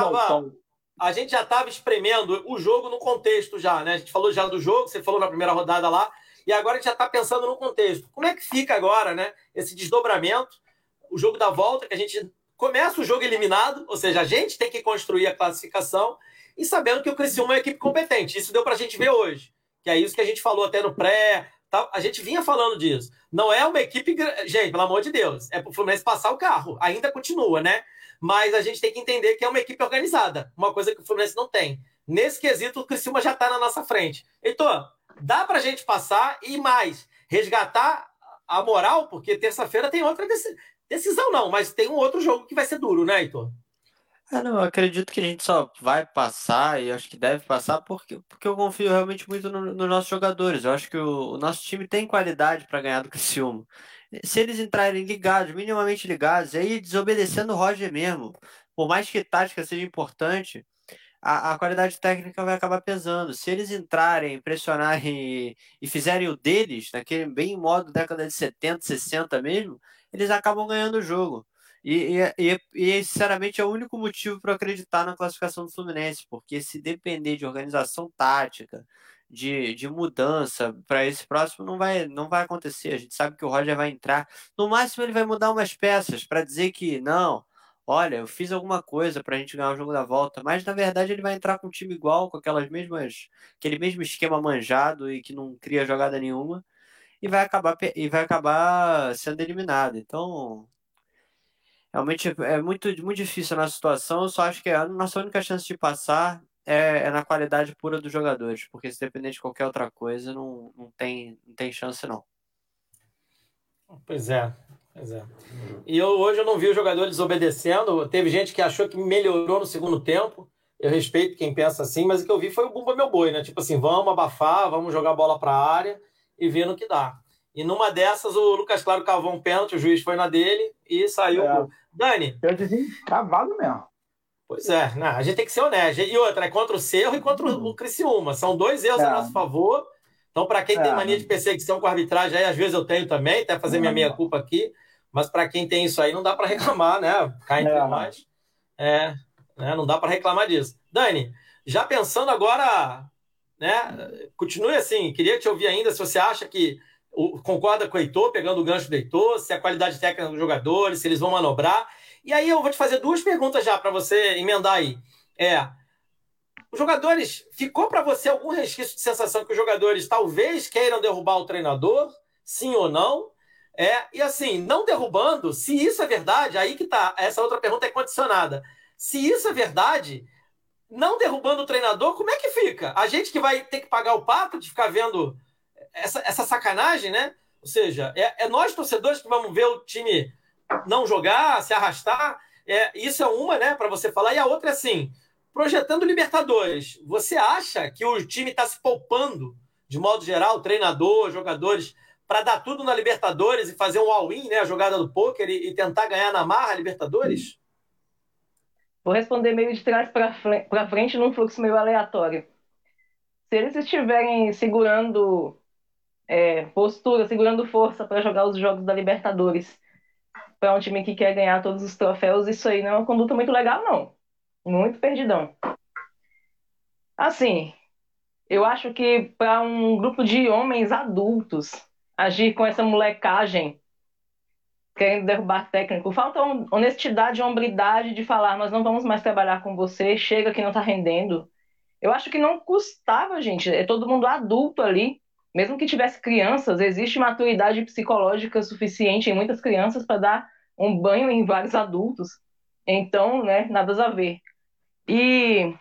gente já estava espremendo o jogo no contexto já, né? A gente falou já do jogo, você falou na primeira rodada lá, e agora a gente já está pensando no contexto. Como é que fica agora, né? Esse desdobramento, o jogo da volta, que a gente começa o jogo eliminado, ou seja, a gente tem que construir a classificação e sabendo que o Criciúma é uma equipe competente. Isso deu para a gente ver hoje, que é isso que a gente falou até no pré. A gente vinha falando disso. Não é uma equipe... Gente, pelo amor de Deus, é para o Fluminense passar o carro. Ainda continua, né? Mas a gente tem que entender que é uma equipe organizada. Uma coisa que o Fluminense não tem. Nesse quesito, o Criciúma já está na nossa frente. Heitor, dá para a gente passar e mais, resgatar a moral, porque terça-feira tem outra decisão, não. Mas tem um outro jogo que vai ser duro, né, Heitor? Eu acredito que a gente só vai passar, e acho que deve passar, porque eu confio realmente muito nos nossos jogadores. Eu acho que o nosso time tem qualidade para ganhar do Criciúma. Se eles entrarem ligados, minimamente ligados, aí desobedecendo o Roger mesmo, por mais que a tática seja importante, a qualidade técnica vai acabar pesando. Se eles entrarem, pressionarem e fizerem o deles, naquele bem modo década de 70, 60 mesmo, eles acabam ganhando o jogo. E sinceramente, é o único motivo para acreditar na classificação do Fluminense, porque se depender de organização tática, de mudança para esse próximo, não vai acontecer. A gente sabe que o Roger vai entrar. No máximo, ele vai mudar umas peças para dizer que, não, olha, eu fiz alguma coisa para a gente ganhar o jogo da volta, mas na verdade ele vai entrar com um time igual, com aquele mesmo esquema manjado e que não cria jogada nenhuma, e vai acabar sendo eliminado. Então... Realmente é muito, muito difícil a nossa situação. Eu só acho que a nossa única chance de passar é na qualidade pura dos jogadores, porque se depender de qualquer outra coisa, não tem chance, não. Pois é. E hoje eu não vi os jogadores desobedecendo. Teve gente que achou que melhorou no segundo tempo. Eu respeito quem pensa assim, mas o que eu vi foi o bumba meu boi, né? Tipo assim, vamos abafar, vamos jogar a bola para a área e ver no que dá. E numa dessas, o Lucas Claro cavou um pênalti, o juiz foi na dele e saiu. Dani. Pênaltizinho cavado mesmo. Pois é, a gente tem que ser honesto. E outra, é contra o Cerro e contra o Criciúma. São 2 erros a nosso favor. Então, para quem tem mania de perseguição com a arbitragem, aí às vezes eu tenho também, até fazer minha meia-culpa aqui, mas para quem tem isso aí, não dá para reclamar, né? Cá entre nós. Né? Não dá para reclamar disso. Dani, já pensando agora, né? Continue assim, queria te ouvir ainda se você acha que concorda com o Heitor, pegando o gancho do Heitor, se a qualidade técnica dos jogadores, se eles vão manobrar. E aí eu vou te fazer 2 perguntas já para você emendar aí. Os jogadores, ficou para você algum resquício de sensação que os jogadores talvez queiram derrubar o treinador? Sim ou não? E assim, não derrubando, se isso é verdade, aí que tá, essa outra pergunta é condicionada. Se isso é verdade, não derrubando o treinador, como é que fica? A gente que vai ter que pagar o pato de ficar vendo essa sacanagem, né? Ou seja, nós torcedores que vamos ver o time não jogar, se arrastar. Isso é uma, né, para você falar. E a outra é assim, projetando Libertadores, você acha que o time está se poupando, de modo geral, treinador, jogadores, para dar tudo na Libertadores e fazer um all-in, né, a jogada do pôquer e tentar ganhar na marra a Libertadores? Vou responder meio de trás para frente num fluxo meio aleatório. Se eles estiverem segurando postura, segurando força para jogar os jogos da Libertadores para um time que quer ganhar todos os troféus, isso aí não é uma conduta muito legal, não. Muito perdidão. Assim, eu acho que para um grupo de homens adultos agir com essa molecagem, querendo derrubar técnico, falta honestidade e hombridade de falar, nós não vamos mais trabalhar com você, chega que não está rendendo. Eu acho que não custava, gente, todo mundo adulto ali, mesmo que tivesse crianças, existe maturidade psicológica suficiente em muitas crianças para dar um banho em vários adultos. Então, né, nada a ver. E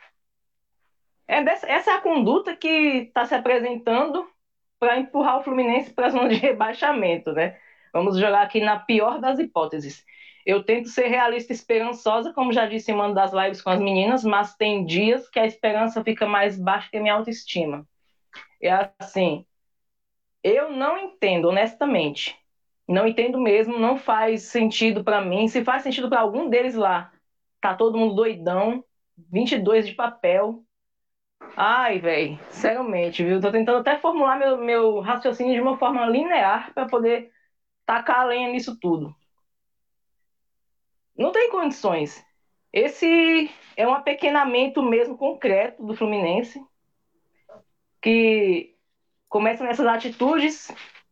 essa é a conduta que está se apresentando para empurrar o Fluminense para a zona de rebaixamento, né? Vamos jogar aqui na pior das hipóteses. Eu tento ser realista e esperançosa, como já disse em uma das lives com as meninas, mas tem dias que a esperança fica mais baixa que a minha autoestima. É assim, eu não entendo, honestamente. Não entendo mesmo, não faz sentido para mim. Se faz sentido para algum deles lá, tá todo mundo doidão, 22 de papel. Ai, velho, seriamente, viu? Tô tentando até formular meu raciocínio de uma forma linear para poder tacar a lenha nisso tudo. Não tem condições. Esse é um apequenamento mesmo concreto do Fluminense, que começa nessas atitudes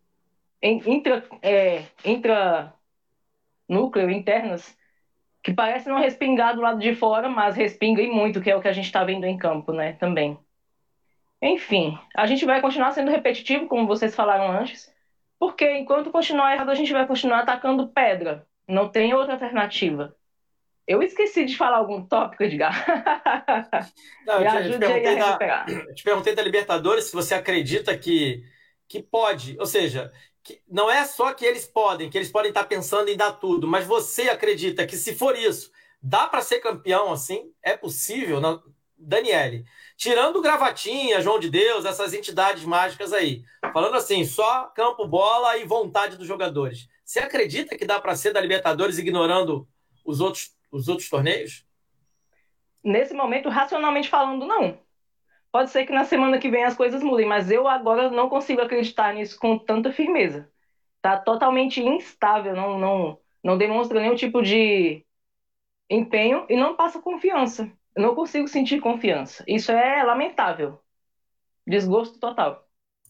intranúcleo, internas, que parece não respingar do lado de fora, mas respinga e muito, que é o que a gente está vendo em campo, né, também. Enfim, a gente vai continuar sendo repetitivo, como vocês falaram antes, porque enquanto continuar errado, a gente vai continuar atacando pedra. Não tem outra alternativa. Eu esqueci de falar algum tópico, Edgar. Não, eu te perguntei da Libertadores se você acredita que pode, ou seja, que não é só que eles podem estar pensando em dar tudo, mas você acredita que se for isso, dá para ser campeão assim? É possível? Não? Daniele, tirando Gravatinha, João de Deus, essas entidades mágicas aí, falando assim, só campo, bola e vontade dos jogadores. Você acredita que dá para ser da Libertadores ignorando os outros torneios? Nesse momento, racionalmente falando, não. Pode ser que na semana que vem as coisas mudem, mas eu agora não consigo acreditar nisso com tanta firmeza. Tá totalmente instável, não demonstra nenhum tipo de empenho e não passa confiança. Eu não consigo sentir confiança. Isso é lamentável. Desgosto total.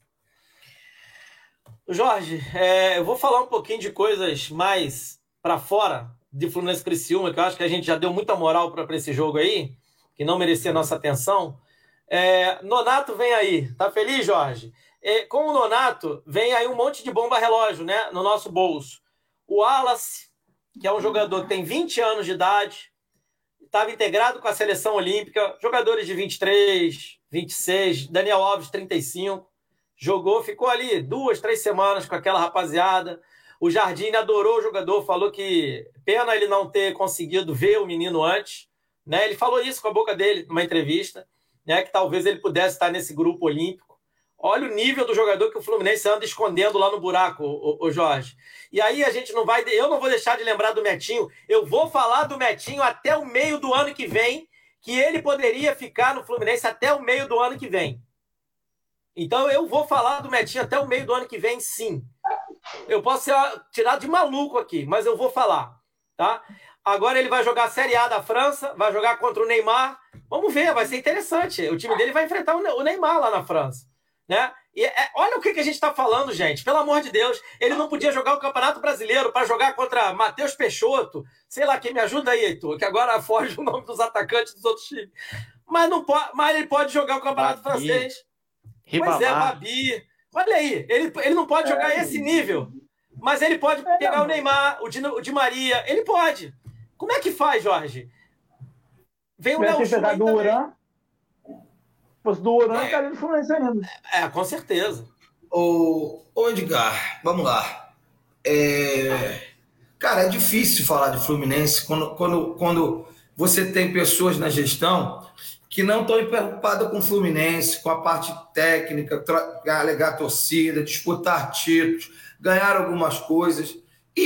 Jorge, eu vou falar um pouquinho de coisas mais para fora de Fluminense Criciúma, que eu acho que a gente já deu muita moral para esse jogo aí, que não merecia nossa atenção. Nonato vem aí. Tá feliz, Jorge? Com o Nonato, vem aí um monte de bomba relógio, né, no nosso bolso. O Wallace, que é um jogador que tem 20 anos de idade, estava integrado com a seleção olímpica, jogadores de 23, 26, Daniel Alves, 35, jogou, ficou ali 2, 3 semanas com aquela rapaziada. O Jardim adorou o jogador, falou que pena ele não ter conseguido ver o menino antes, né? Ele falou isso com a boca dele numa entrevista, né? Que talvez ele pudesse estar nesse grupo olímpico. Olha o nível do jogador que o Fluminense anda escondendo lá no buraco, o Jorge. E aí a gente não vai... Eu não vou deixar de lembrar do Metinho. Eu vou falar do Metinho até o meio do ano que vem, que ele poderia ficar no Fluminense até o meio do ano que vem. Então eu vou falar do Metinho até o meio do ano que vem, sim. Eu posso ser tirado de maluco aqui, mas eu vou falar, tá? Agora ele vai jogar a Série A da França, vai jogar contra o Neymar. Vamos ver, vai ser interessante. O time dele vai enfrentar o Neymar lá na França, né? E olha o que a gente está falando, gente. Pelo amor de Deus, ele não podia jogar o Campeonato Brasileiro para jogar contra Matheus Peixoto. Sei lá, quem me ajuda aí, Heitor, que agora foge o nome dos atacantes dos outros times. Mas, não pode, mas ele pode jogar o Campeonato Francês. Pois é, Babi. Olha aí, ele não pode jogar esse nível, mas ele pode pegar o Neymar, o Di Maria. Ele pode. Como é que faz, Jorge? Vem o Léo Chu aí também. Fosse do Urã, cara, ele Fluminense ainda. Com certeza. Ô Edgar, vamos lá. Cara, é difícil falar de Fluminense quando você tem pessoas na gestão que não estão preocupadas com o Fluminense, com a parte técnica, alegar a torcida, disputar títulos, ganhar algumas coisas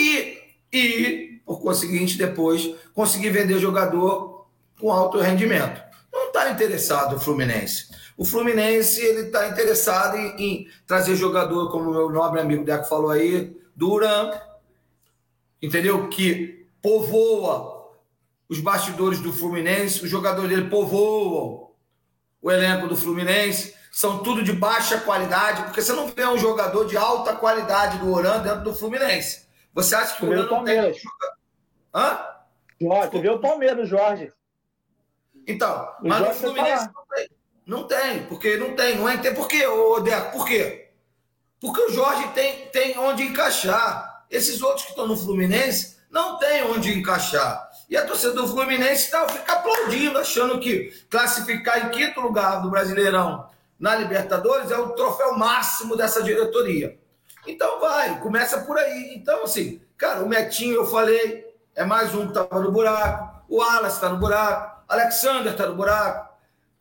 e, por conseguinte, depois conseguir vender jogador com alto rendimento. Não está interessado o Fluminense. O Fluminense está interessado em trazer jogador, como o meu nobre amigo Deco falou aí, Duran, entendeu? Que povoa os bastidores do Fluminense, os jogadores dele povoam o elenco do Fluminense, são tudo de baixa qualidade, porque você não vê um jogador de alta qualidade do Oran dentro do Fluminense. Você acha que o Oran não tem... Hã? Tu vê o Palmeiras, Jorge. Então, mas no Fluminense não tem, porque não tem. Por quê, Deco? Por quê? Porque o Jorge tem onde encaixar. Esses outros que estão no Fluminense não tem onde encaixar. E a torcida do Fluminense fica aplaudindo, achando que classificar em quinto lugar do Brasileirão na Libertadores é o troféu máximo dessa diretoria. Então começa por aí. Então, assim, cara, o Metinho, eu falei, é mais um que estava no buraco, o Wallace está no buraco, Alexander está no buraco,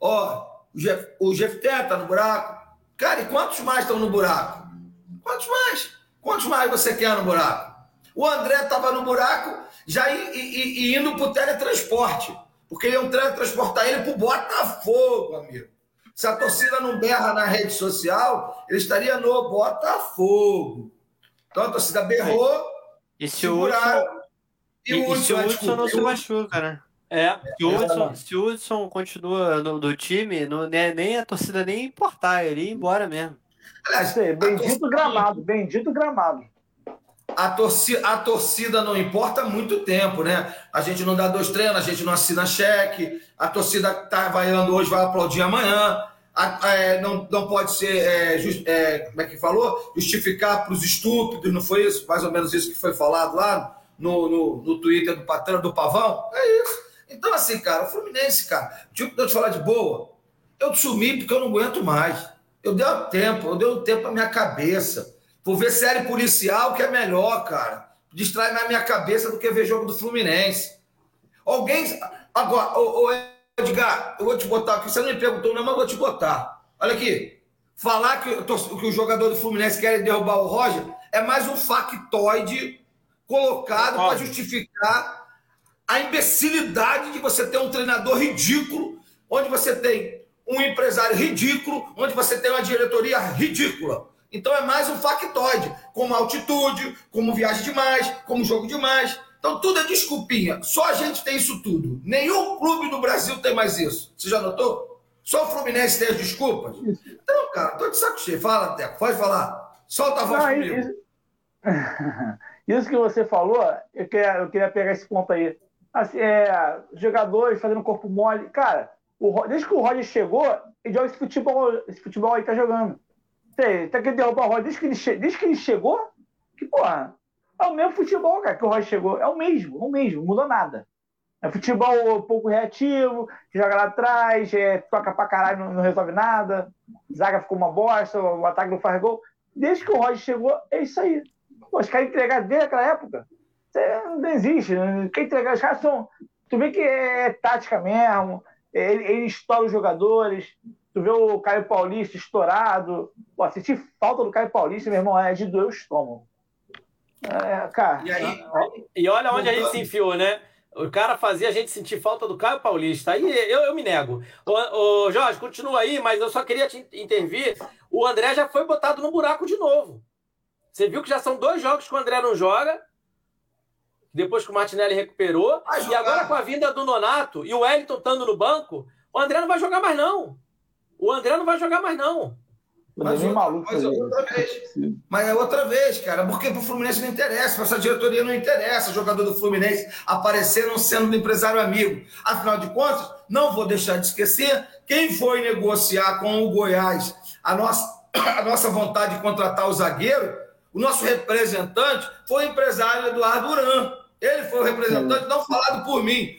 o Jefté está no buraco. Cara, e quantos mais estão no buraco? Quantos mais? Quantos mais você quer no buraco? O André estava no buraco já indo para o teletransporte, porque iam teletransportar ele para o Botafogo, amigo. Se a torcida não berra na rede social, ele estaria no Botafogo. Então a torcida berrou, seguraram. E o Hudson não se machuca, né? Se o Hudson continua do time, nem a torcida nem importar, ele ia embora mesmo. Aliás, bendito gramado. A torcida não importa há muito tempo, né? A gente não dá 2 treinos, a gente não assina cheque, a torcida que está vaiando hoje vai aplaudir amanhã, não pode ser, como é que falou? Justificar para os estúpidos, não foi isso? Mais ou menos isso que foi falado lá no Twitter do patrão do Pavão? É isso. Então, assim, cara, o Fluminense, cara, tipo, eu te falar de boa, eu sumi porque eu não aguento mais. Eu dei um tempo à minha cabeça. Vou ver série policial, que é melhor, cara. Distrai mais minha cabeça do que ver jogo do Fluminense. Agora, Edgar, eu vou te botar aqui. Você não me perguntou, não, mas eu vou te botar. Olha aqui. Falar que o jogador do Fluminense quer derrubar o Roger é mais um factoide colocado para justificar a imbecilidade de você ter um treinador ridículo, onde você tem um empresário ridículo, onde você tem uma diretoria ridícula. Então é mais um factoide, como altitude, como viagem demais, como jogo demais. Então tudo é desculpinha. Só a gente tem isso tudo. Nenhum clube do Brasil tem mais isso. Você já notou? Só o Fluminense tem as desculpas? Então, cara, tô de saco cheio. Fala, Teco, pode falar. Solta a voz comigo. Isso que você falou, eu queria pegar esse ponto aí. Assim, jogadores fazendo corpo mole. Cara, desde que o Roger chegou, ele joga esse futebol aí tá jogando. Tá querendo derrubar o Roger desde que ele chegou, que, porra, é o mesmo futebol, cara, que o Roger chegou. É o mesmo, não mudou nada. É futebol um pouco reativo, joga lá atrás, toca pra caralho, não resolve nada, zaga ficou uma bosta, o ataque não faz gol. Desde que o Roger chegou, é isso aí. Pô, os caras entregaram desde aquela época. Não existe. Quem entregar, os caras são. Tu vê que é tática mesmo, ele estoura os jogadores. Tu vê o Caio Paulista estourado. Pô, assistir falta do Caio Paulista, meu irmão, é de doer o estômago. Cara. E olha onde a gente se enfiou, né? O cara fazia a gente sentir falta do Caio Paulista. Aí eu me nego. Ô, Jorge, continua aí, mas eu só queria te intervir. O André já foi botado no buraco de novo. Você viu que já são 2 jogos que o André não joga, depois que o Martinelli recuperou, e agora com a vinda do Nonato e o Wellington estando no banco, o André não vai jogar mais não. Mas é outra vez, cara, porque pro Fluminense não interessa, pra essa diretoria não interessa, jogador do Fluminense aparecer não sendo um empresário amigo. Afinal de contas, não vou deixar de esquecer, quem foi negociar com o Goiás a nossa vontade de contratar o zagueiro, o nosso representante foi o empresário Eduardo Duran. Ele foi o representante, não falado por mim,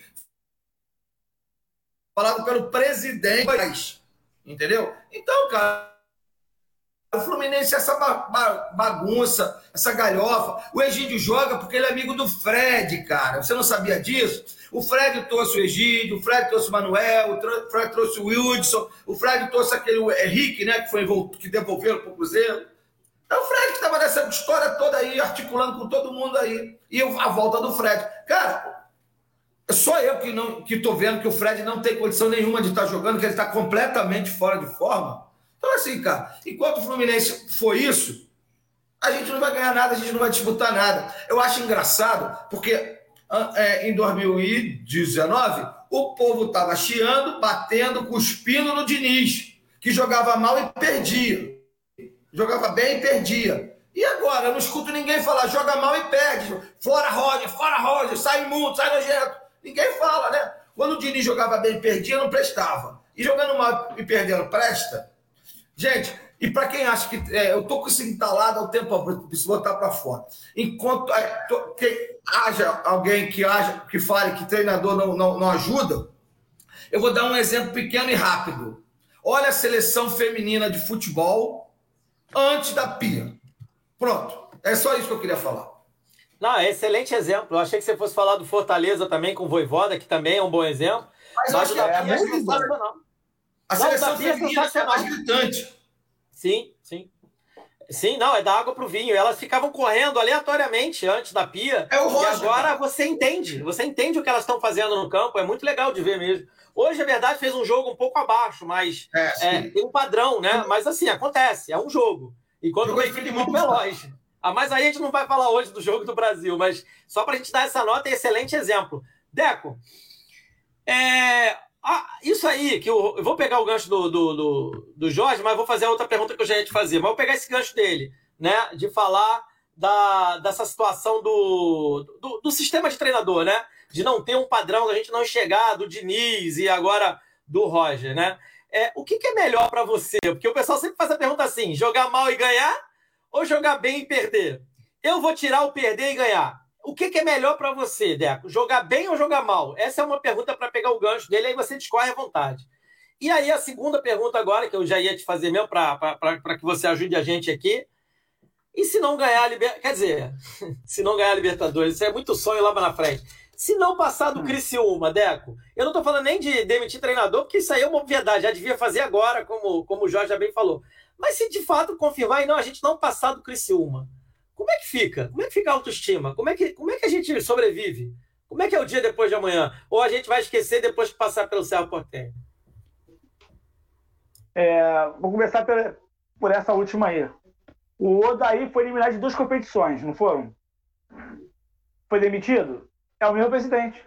falado pelo presidente. Entendeu? Então, cara, o Fluminense é essa bagunça, essa galhofa. O Egídio joga porque ele é amigo do Fred, cara. Você não sabia disso? O Fred trouxe o Egídio, o Fred trouxe o Manuel, o Fred trouxe o Wilson, o Fred trouxe aquele Henrique, né, que devolveram para o Cruzeiro. É o Fred que estava nessa história toda aí, articulando com todo mundo aí. E a volta do Fred. Cara, só eu que estou vendo que o Fred não tem condição nenhuma de estar jogando, que ele está completamente fora de forma. Então, assim, cara, enquanto o Fluminense for isso, a gente não vai ganhar nada, a gente não vai disputar nada. Eu acho engraçado, porque em 2019, o povo estava chiando, batendo, cuspindo no Diniz, que jogava mal e perdia. Jogava bem e perdia. E agora? Eu não escuto ninguém falar, joga mal e perde. Fora Roger, sai imundo, sai nojento. Ninguém fala, né? Quando o Diniz jogava bem e perdia, não prestava. E jogando mal e perdendo, presta? Gente, e para quem acha que eu tô com isso entalado ao tempo, preciso botar para fora. Enquanto haja alguém que fale que treinador não ajuda, eu vou dar um exemplo pequeno e rápido. Olha a seleção feminina de futebol antes da Pia. Pronto. É só isso que eu queria falar. Não, é excelente exemplo. Eu achei que você fosse falar do Fortaleza também com o Voivoda, que também é um bom exemplo. Mas o da Pia é sensacional. A seleção feminina é mais gritante. Sim. Sim, não, é da água pro vinho. Elas ficavam correndo aleatoriamente antes da Pia. É o Roger, e agora você entende o que elas estão fazendo no campo. É muito legal de ver mesmo. Hoje, a verdade, fez um jogo um pouco abaixo, mas tem um padrão, né? Mas assim, acontece, é um jogo. E quando o equipe muito veloz. Mas aí a gente não vai falar hoje do jogo do Brasil, mas só para a gente dar essa nota, é excelente exemplo. Deco, isso aí, que eu vou pegar o gancho do Jorge, mas vou fazer a outra pergunta que eu já ia te fazer. Mas eu vou pegar esse gancho dele, né? De falar dessa situação do sistema de treinador, né? De não ter um padrão, da gente não chegar do Diniz e agora do Roger, né? O que é melhor para você? Porque o pessoal sempre faz a pergunta assim, jogar mal e ganhar ou jogar bem e perder? Eu vou tirar o perder e ganhar. O que é melhor para você, Deco? Jogar bem ou jogar mal? Essa é uma pergunta para pegar o gancho dele, aí você discorre à vontade. E aí a segunda pergunta agora, que eu já ia te fazer mesmo, para que você ajude a gente aqui. E se não ganhar a Libertadores? Quer dizer, se não ganhar a Libertadores, isso é muito sonho lá na frente. Se não passar do Criciúma, Deco, eu não estou falando nem de demitir treinador, porque isso aí é uma obviedade, já devia fazer agora, como o Jorge já bem falou. Mas se de fato confirmar e não, a gente não passar do Criciúma, como é que fica? Como é que fica a autoestima? Como é que a gente sobrevive? Como é que é o dia depois de amanhã? Ou a gente vai esquecer depois de passar pelo Cerro Porteño? Vou começar por essa última aí. O Odair foi eliminado de 2 competições, não foram? Foi demitido? É o mesmo presidente.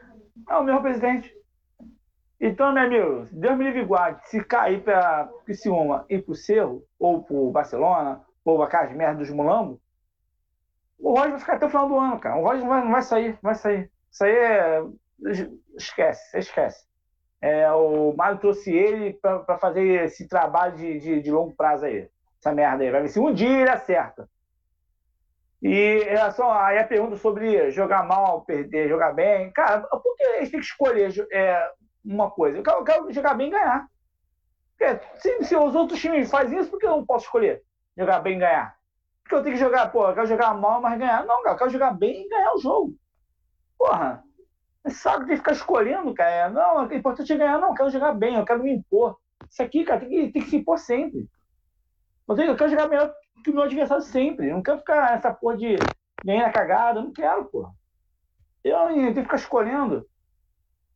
Então, meu amigo, Deus me livre e guarde. Se cair para o Criciúma e para o Cerro, ou para o Barcelona, ou para aquelas merdas dos mulambos, o Roger vai ficar até o final do ano, cara. O Roger não vai sair. Isso aí esquece. O Mário trouxe ele para fazer esse trabalho de longo prazo aí. Essa merda aí. Vai ver se um dia ele acerta. E em relação aí a pergunta sobre jogar mal, perder, jogar bem, cara, por que eles têm que escolher uma coisa? Eu quero jogar bem e ganhar. Porque se os outros times fazem isso, por que eu não posso escolher jogar bem e ganhar? Porque eu tenho que jogar, eu quero jogar mal, mas ganhar. Não, cara, eu quero jogar bem e ganhar o jogo. Porra, sabe de ficar escolhendo, cara? Não, é importante é ganhar. Não, eu quero jogar bem, eu quero me impor. Isso aqui, cara, tem que se impor sempre. Eu quero jogar melhor que o meu adversário sempre. Eu não quero ficar essa porra de ganhar na cagada. Eu não quero, porra. Eu tenho que ficar escolhendo.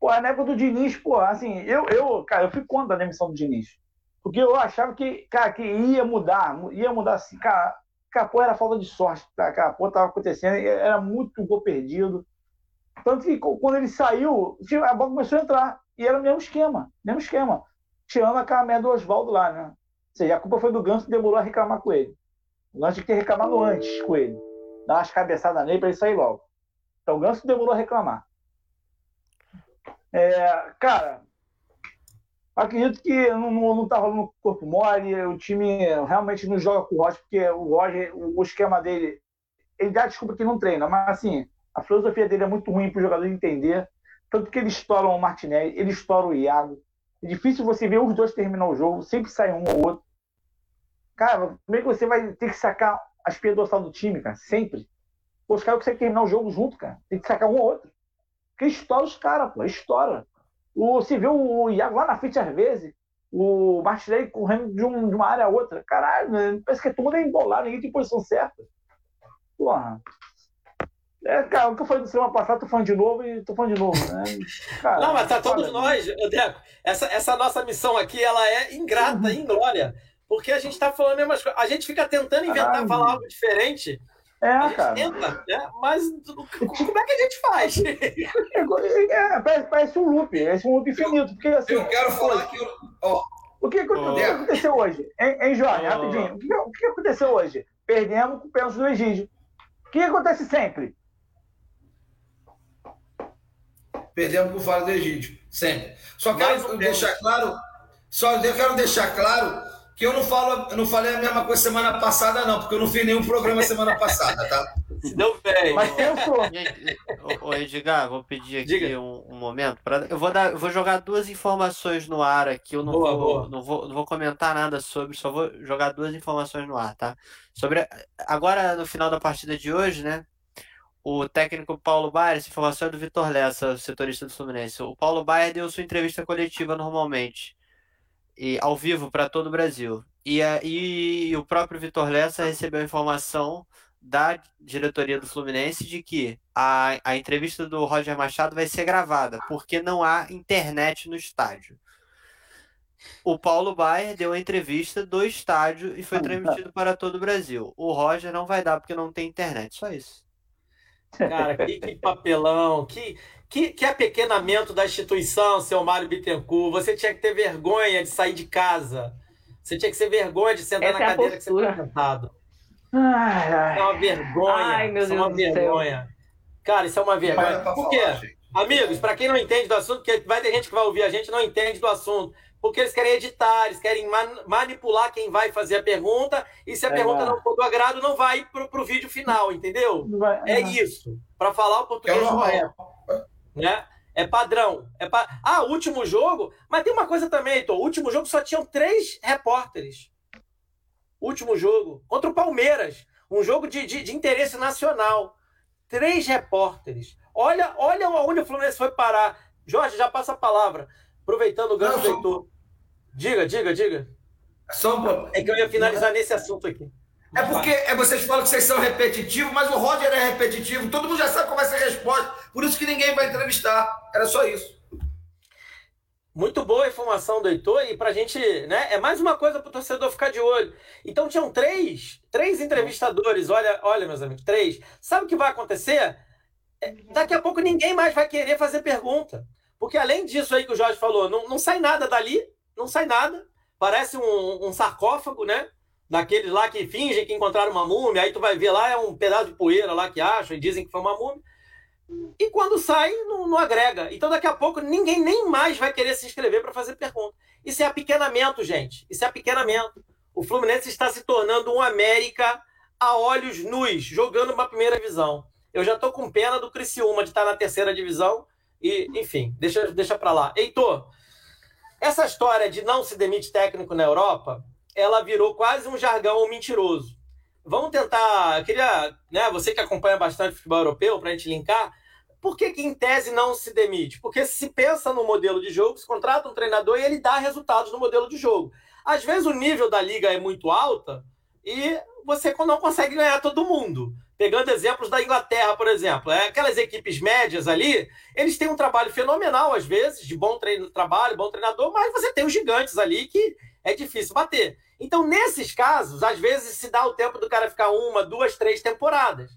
Pô, na época do Diniz, pô, assim, cara, eu fui contra a demissão do Diniz. Porque eu achava que, cara, que ia mudar assim, cara, pô, era falta de sorte, cara, pô, tava acontecendo, era muito gol perdido. Tanto que quando ele saiu, a bola começou a entrar, e era o mesmo esquema. Tirando aquela merda do Oswaldo lá, né? Ou seja, a culpa foi do Ganso que demorou a reclamar com ele. O Ganso tinha que ter reclamado antes com ele. Dar umas cabeçadas nele pra ele sair logo. Então o Ganso demorou a reclamar. Cara, acredito que não tá rolando corpo mole, o time realmente não joga com o Roger, porque o Roger, o esquema dele, ele dá desculpa que não treina, mas assim, a filosofia dele é muito ruim para o jogador entender, tanto que ele estoura o Martinelli, ele estoura o Iago, é difícil você ver os dois terminar o jogo, sempre sai um ou outro. Cara, como é que você vai ter que sacar a espinha dorsal do time, cara? Sempre. Pô, os caras conseguem terminar o jogo junto, cara. Tem que sacar um ou outro. Porque estoura os caras, pô, estoura. Você vê o Iago lá na frente às vezes, o Martinelli correndo de uma área a outra. Caralho, né? Parece que todo mundo é embolado, ninguém tem posição certa. Porra. Cara, o que eu falei do semana passada, tô falando de novo, né? Cara, não, mas tá todos nós, Deco. Essa nossa missão aqui, ela é ingrata, inglória. Porque a gente tá falando a mesma coisa. A gente fica tentando inventar, falar algo diferente. A gente cara. tenta, né? Mas como é que a gente faz? Parece um loop infinito. Porque, assim, eu quero falar que... O que aconteceu hoje? Hein, Jorge? Rapidinho. O que aconteceu hoje? Perdemos com o pênalti do Egídio. O que acontece sempre? Perdemos com o falha do Egídio. Sempre. Só quero deixar claro que eu não falei a mesma coisa semana passada, não, porque eu não fiz nenhum programa semana passada, tá? Não, velho. Mas pensou. Ô, Edgar, vou pedir aqui um momento. Eu vou jogar duas informações no ar aqui. Eu não vou comentar nada sobre, só vou jogar duas informações no ar, tá? Agora, no final da partida de hoje, né? O técnico Paulo Baier, essa informação é do Vitor Lessa, setorista do Fluminense. O Paulo Baier deu sua entrevista coletiva normalmente, e ao vivo para todo o Brasil. E o próprio Vitor Lessa recebeu a informação da diretoria do Fluminense de que a entrevista do Roger Machado vai ser gravada, porque não há internet no estádio. O Paulo Baier deu a entrevista do estádio e foi transmitido para todo o Brasil. O Roger não vai dar porque não tem internet, só isso. Cara, que papelão, que apequenamento da instituição, seu Mário Bittencourt. Você tinha que ter vergonha de sair de casa. Você tinha que ter vergonha de sentar na cadeira que você está sentado. Isso é uma vergonha. Ai, meu Deus, é uma vergonha. Cara, isso é uma vergonha. Por quê? Amigos, para quem não entende do assunto, porque vai ter gente que vai ouvir a gente não entende do assunto. Porque eles querem editar, eles querem manipular quem vai fazer a pergunta, e se a pergunta não for do agrado, não vai pro vídeo final, entendeu? Isso. Para falar o português correto. Né? É padrão. Último jogo. Mas tem uma coisa também, Heitor. O último jogo só tinham 3 repórteres. Último jogo. Contra o Palmeiras. Um jogo de interesse nacional. 3 repórteres. Olha onde o Fluminense foi parar. Jorge, já passa a palavra. Aproveitando o gancho do Heitor. Diga. É que eu ia finalizar nesse assunto aqui. É porque vocês falam que vocês são repetitivos, mas o Roger é repetitivo. Todo mundo já sabe qual vai ser a resposta. Por isso que ninguém vai entrevistar. Era só isso. Muito boa a informação do Heitor. E pra gente, né? É mais uma coisa pro torcedor ficar de olho. Então tinham 3 entrevistadores. Olha, meus amigos, 3. Sabe o que vai acontecer? Daqui a pouco ninguém mais vai querer fazer pergunta. Porque além disso aí que o Jorge falou, não sai nada dali. Não sai nada. Parece um sarcófago, né? Daqueles lá que fingem que encontraram uma múmia, aí tu vai ver lá, é um pedaço de poeira lá que acham e dizem que foi uma múmia. E quando sai, não agrega. Então daqui a pouco ninguém nem mais vai querer se inscrever para fazer pergunta. Isso é apequenamento, gente. Isso é apequenamento. O Fluminense está se tornando um América a olhos nus, jogando uma primeira divisão. Eu já estou com pena do Criciúma de estar na terceira divisão. E, enfim, deixa para lá. Heitor, essa história de não se demite técnico na Europa, ela virou quase um jargão mentiroso. Vamos tentar... Queria, né, você que acompanha bastante o futebol europeu, para a gente linkar, por que em tese não se demite? Porque se pensa no modelo de jogo, se contrata um treinador e ele dá resultados no modelo de jogo. Às vezes o nível da liga é muito alta e você não consegue ganhar todo mundo. pegando exemplos da Inglaterra, por exemplo. Aquelas equipes médias ali, eles têm um trabalho fenomenal, às vezes, de bom trabalho, bom treinador, mas você tem os gigantes ali que é difícil bater. Então, nesses casos, às vezes se dá o tempo do cara ficar 1, 2, 3 temporadas.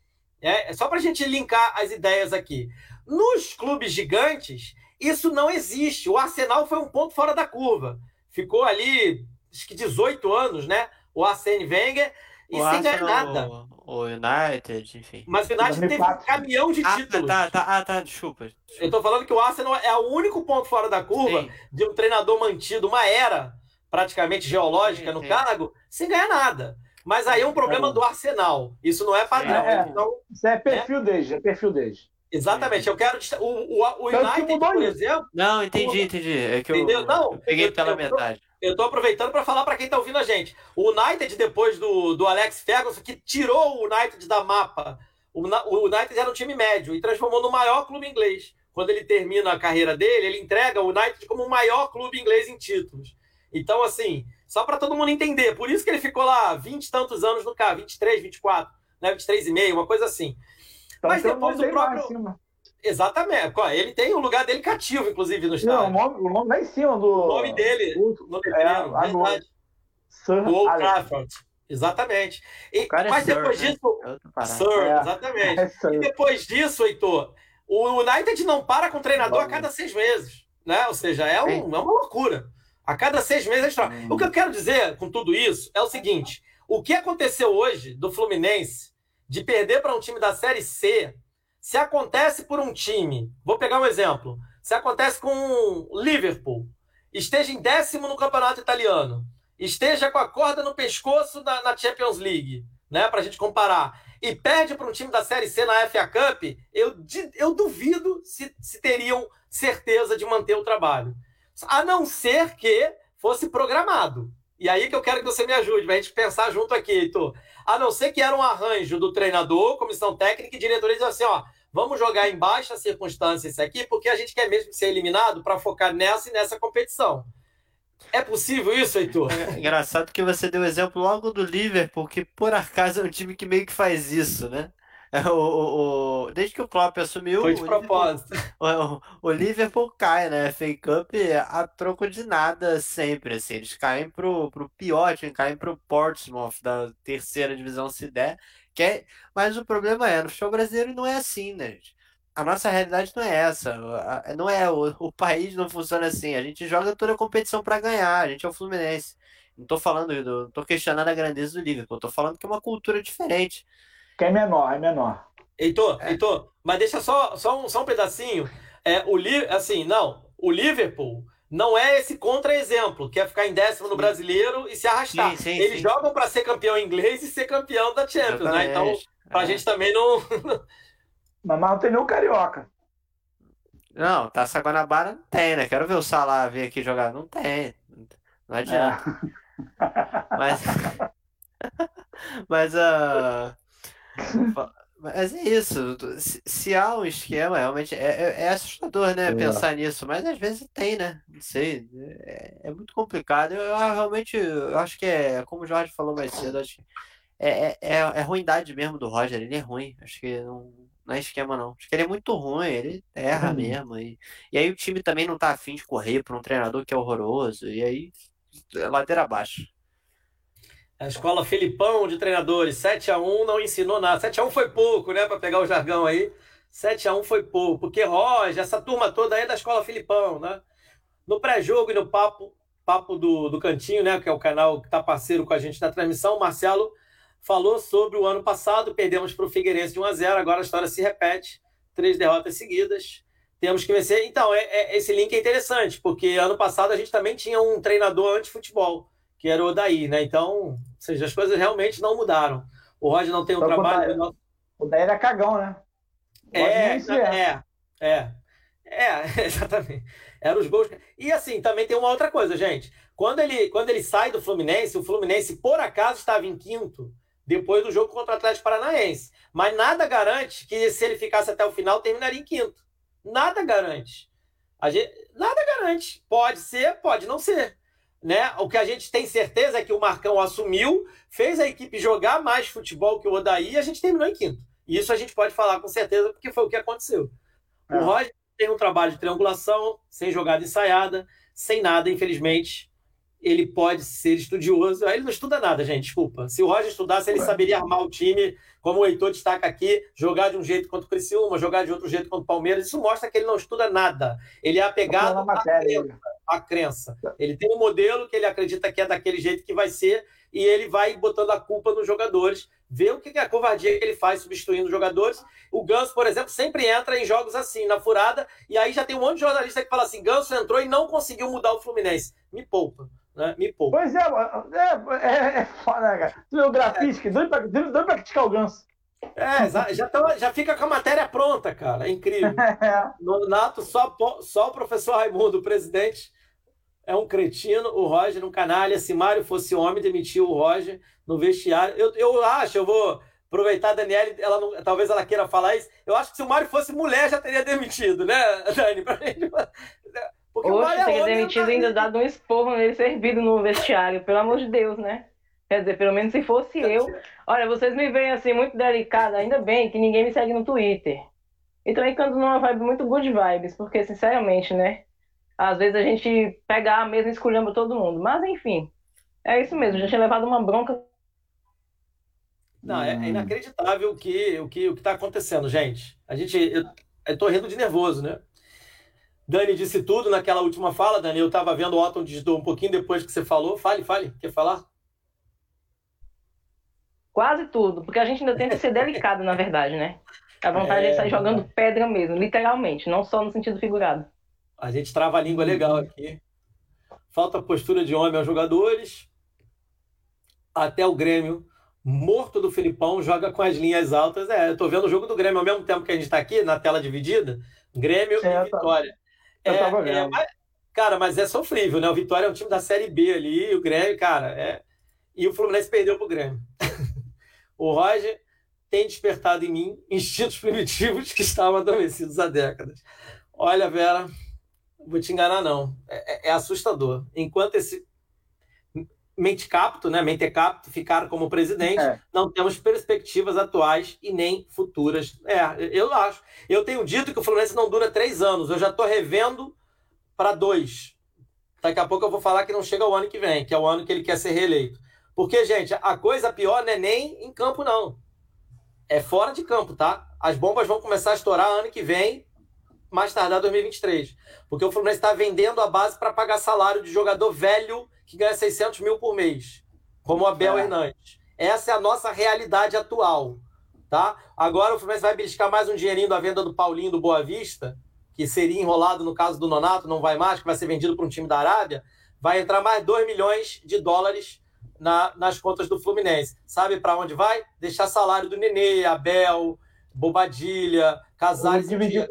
É só para a gente linkar as ideias aqui. Nos clubes gigantes, isso não existe. O Arsenal foi um ponto fora da curva. Ficou ali, acho que 18 anos, né? O Arsene Wenger, e sem ganhar nada. O United, enfim. Mas o United teve um caminhão de títulos. Desculpa. Eu estou falando que o Arsenal é o único ponto fora da curva de um treinador mantido uma era praticamente geológica no cargo, sem ganhar nada. Mas aí é um problema do Arsenal. Isso não é padrão. Então, isso é perfil desde. Exatamente. Eu quero... O United, por exemplo... Não, entendi. É que eu peguei pela metade. Eu estou aproveitando para falar para quem está ouvindo a gente. O United, depois do Alex Ferguson, que tirou o United da mapa, o United era um time médio e transformou no maior clube inglês. Quando ele termina a carreira dele, ele entrega o United como o maior clube inglês em títulos. Então, assim, só para todo mundo entender. Por isso que ele ficou lá 20 e tantos anos no carro, 23, 24, né? 23,5, uma coisa assim. Então, mas depois o próprio... Exatamente. Ele tem o lugar dele cativo, inclusive, no estádio. O nome lá em cima do... O nome dele. Verdade. Do Old Trafford. Exatamente. Mas depois disso... Sir, exatamente. E depois disso, Heitor, o United não para com o treinador a cada 6 meses. Né? Ou seja, é uma loucura. A cada 6 meses é estranho. O que eu quero dizer com tudo isso é o seguinte. O que aconteceu hoje do Fluminense de perder para um time da Série C... Se acontece por um time, vou pegar um exemplo, se acontece com o Liverpool, esteja em 10º no campeonato italiano, esteja com a corda no pescoço na Champions League, né, para a gente comparar, e perde para um time da Série C na FA Cup, eu duvido se teriam certeza de manter o trabalho. A não ser que fosse programado. E aí que eu quero que você me ajude, para a gente pensar junto aqui, Heitor. A não ser que era um arranjo do treinador, comissão técnica e diretoria, dizer assim, vamos jogar em baixa circunstância isso aqui, porque a gente quer mesmo ser eliminado para focar nessa e nessa competição. É possível isso, Heitor? Engraçado que você deu o exemplo logo do Liverpool, que por acaso é um time que meio que faz isso, né? Desde que o Klopp assumiu, foi de propósito. O Liverpool cai na FA Cup a troco de nada sempre, assim. Eles caem pro pior, caem pro Portsmouth da 3ª divisão se der. Mas o problema no futebol brasileiro não é assim, né, gente? A nossa realidade não é essa. Não é o país não funciona assim. A gente joga toda a competição para ganhar. A gente é o Fluminense. Não tô falando, não tô questionando a grandeza do Liverpool. Tô falando que é uma cultura diferente. Que é menor. Heitor, mas deixa só um pedacinho. O Liverpool não é esse contra-exemplo, que é ficar em 10º no brasileiro e se arrastar. Eles jogam para ser campeão inglês e ser campeão da Champions, né? Então, pra gente também não... Mas não tem nenhum carioca. Não, Taça Guanabara não tem, né? Quero ver o Salah vir aqui jogar. Não tem. Não adianta. Mas é isso. Se há um esquema, realmente é assustador, né? Pensar nisso. Mas às vezes tem, né? Não sei. É muito complicado. Eu realmente acho que como o Jorge falou mais cedo, acho que é ruindade mesmo do Roger. Ele é ruim. Acho que não é esquema, não. Acho que ele é muito ruim. Ele erra mesmo. E aí o time também não tá afim de correr por um treinador que é horroroso. E aí, ladeira abaixo. A escola Felipão de treinadores, 7-1 não ensinou nada. 7-1 foi pouco, né? Para pegar o jargão aí. 7-1 foi pouco. Porque Roger, essa turma toda aí é da escola Felipão, né? No pré-jogo e no papo do Cantinho, né? Que é o canal que está parceiro com a gente na transmissão, o Marcelo falou sobre o ano passado. Perdemos para o Figueirense de 1-0. Agora a história se repete. 3 derrotas seguidas. Temos que vencer. Então, esse link é interessante, porque ano passado a gente também tinha um treinador anti-futebol, que era o Odair, né? Então, ou seja, as coisas realmente não mudaram. O Roger não tem o trabalho... O Odair era cagão, né? Exatamente. Eram os gols... E assim, também tem uma outra coisa, gente. Quando ele sai do Fluminense, o Fluminense, por acaso, estava em 5º, depois do jogo contra o Atlético Paranaense. Mas nada garante que, se ele ficasse até o final, terminaria em 5º. Nada garante. Nada garante. Pode ser, pode não ser. né? O que a gente tem certeza é que o Marcão assumiu, fez a equipe jogar mais futebol que o Odair e a gente terminou em quinto. E isso a gente pode falar com certeza, porque foi o que aconteceu. O Roger tem um trabalho de triangulação, sem jogada ensaiada, sem nada, infelizmente. Ele pode ser estudioso. Ele não estuda nada, gente, desculpa. Se o Roger estudasse, ele saberia armar o time, como o Heitor destaca aqui, jogar de um jeito contra o Criciúma, jogar de outro jeito contra o Palmeiras. Isso mostra que ele não estuda nada. Ele é apegado à crença. Ele tem um modelo que ele acredita que é daquele jeito que vai ser e ele vai botando a culpa nos jogadores. Vê o que é a covardia que ele faz substituindo os jogadores. O Ganso, por exemplo, sempre entra em jogos assim, na furada, e aí já tem um monte de jornalista que fala assim, Ganso entrou e não conseguiu mudar o Fluminense. Me poupa. Né? Me poupa. Pois é foda, cara. Tu vê o grafite, doido pra criticar o Ganso. Já fica com a matéria pronta, cara. É incrível. No Nato, só o professor Raimundo, o presidente, é um cretino, o Roger um canalha. Se Mário fosse homem, demitiu o Roger no vestiário. Eu acho, eu vou aproveitar a Daniele, talvez ela queira falar isso. Eu acho que se o Mário fosse mulher, já teria demitido, né, Dani? Hoje teria demitido e ainda dado um esporro nele servido no vestiário, pelo amor de Deus, né? Quer dizer, pelo menos se fosse eu. Olha, vocês me veem assim, muito delicada, ainda bem que ninguém me segue no Twitter. E também canto numa vibe muito good vibes, porque, sinceramente, né? Às vezes a gente pega a mesa e esculhamba todo mundo. Mas, enfim, é isso mesmo, já tinha levado uma bronca. Não, é inacreditável o que está acontecendo, gente. Eu tô rindo de nervoso, né? Dani disse tudo naquela última fala, Dani. Eu estava vendo o Otton digitou um pouquinho depois que você falou. Fale. Quer falar? Quase tudo, porque a gente ainda tenta ser delicado, na verdade, né? A vontade é sair jogando pedra mesmo, literalmente, não só no sentido figurado. A gente trava a língua legal aqui. Falta postura de homem aos jogadores. Até o Grêmio, morto do Filipão, joga com as linhas altas. Eu tô vendo o jogo do Grêmio ao mesmo tempo que a gente está aqui, na tela dividida. Grêmio e Vitória. Cara, mas é sofrível, né? O Vitória é um time da Série B ali, o Grêmio, cara, E o Fluminense perdeu pro Grêmio. O Roger tem despertado em mim instintos primitivos que estavam adormecidos há décadas. Olha, Vera, vou te enganar, não. É assustador. Enquanto esse mentecapto ficar como presidente, não temos perspectivas atuais e nem futuras. Eu acho. Eu tenho dito que o Fluminense não dura 3 anos. Eu já estou revendo para 2. Daqui a pouco eu vou falar que não chega o ano que vem, que é o ano que ele quer ser reeleito. Porque, gente, a coisa pior não é nem em campo, não. É fora de campo, tá? As bombas vão começar a estourar ano que vem, mais tardar 2023. Porque o Fluminense está vendendo a base para pagar salário de jogador velho que ganha 600 mil por mês, como o Abel Hernandes. Essa é a nossa realidade atual, tá? Agora o Fluminense vai beliscar mais um dinheirinho da venda do Paulinho do Boa Vista, que seria enrolado no caso do Nonato, não vai mais, que vai ser vendido para um time da Arábia. Vai entrar mais 2 milhões de dólares nas contas do Fluminense. Sabe para onde vai? Deixar salário do Nenê, Abel, Bobadilha, Casares.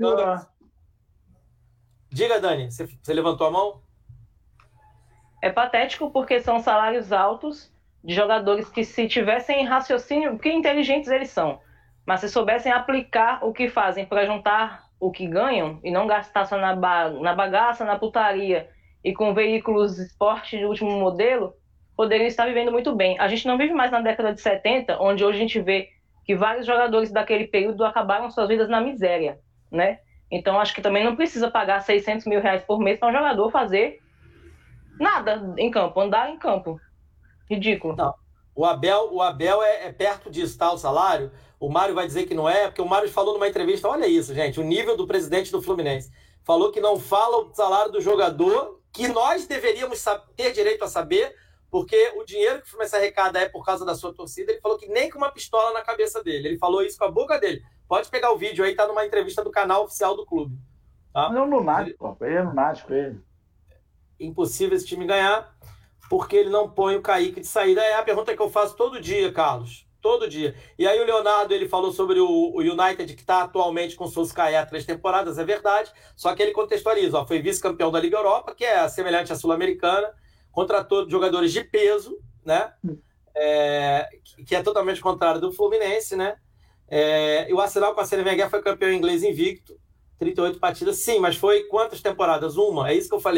Diga, Dani, você levantou a mão? É patético porque são salários altos de jogadores que, se tivessem raciocínio, porque inteligentes eles são, mas se soubessem aplicar o que fazem para juntar o que ganham e não gastar só na bagaça, na putaria e com veículos esporte de último modelo, poderiam estar vivendo muito bem. A gente não vive mais na década de 70, onde hoje a gente vê que vários jogadores daquele período acabaram suas vidas na miséria, né? Então acho que também não precisa pagar 600 mil reais por mês para um jogador fazer nada em campo, andar em campo. Ridículo. Não. O Abel é perto disso, tá? O salário. O Mário vai dizer que não é, porque o Mário falou numa entrevista, olha isso, gente, o nível do presidente do Fluminense. Falou que não fala o salário do jogador, que nós deveríamos ter direito a saber, porque o dinheiro que o Fluminense arrecada é por causa da sua torcida. Ele falou que nem com uma pistola na cabeça dele. Ele falou isso com a boca dele. Pode pegar o vídeo aí, tá numa entrevista do canal oficial do clube. Tá? Não é um lunático, ele é lunático, ele. Impossível esse time ganhar, porque ele não põe o Kaique de saída. É a pergunta que eu faço todo dia, Carlos. Todo dia. E aí o Leonardo, ele falou sobre o United, que está atualmente com o Solskjaer há 3 temporadas, é verdade. Só que ele contextualiza. Foi vice-campeão da Liga Europa, que é semelhante à Sul-Americana, contratou jogadores de peso, né? Que é totalmente contrário do Fluminense, né? E o Arsenal com a Arsène Wenger foi campeão inglês invicto, 38 partidas. Sim, mas foi quantas temporadas? Uma? É isso que eu falei.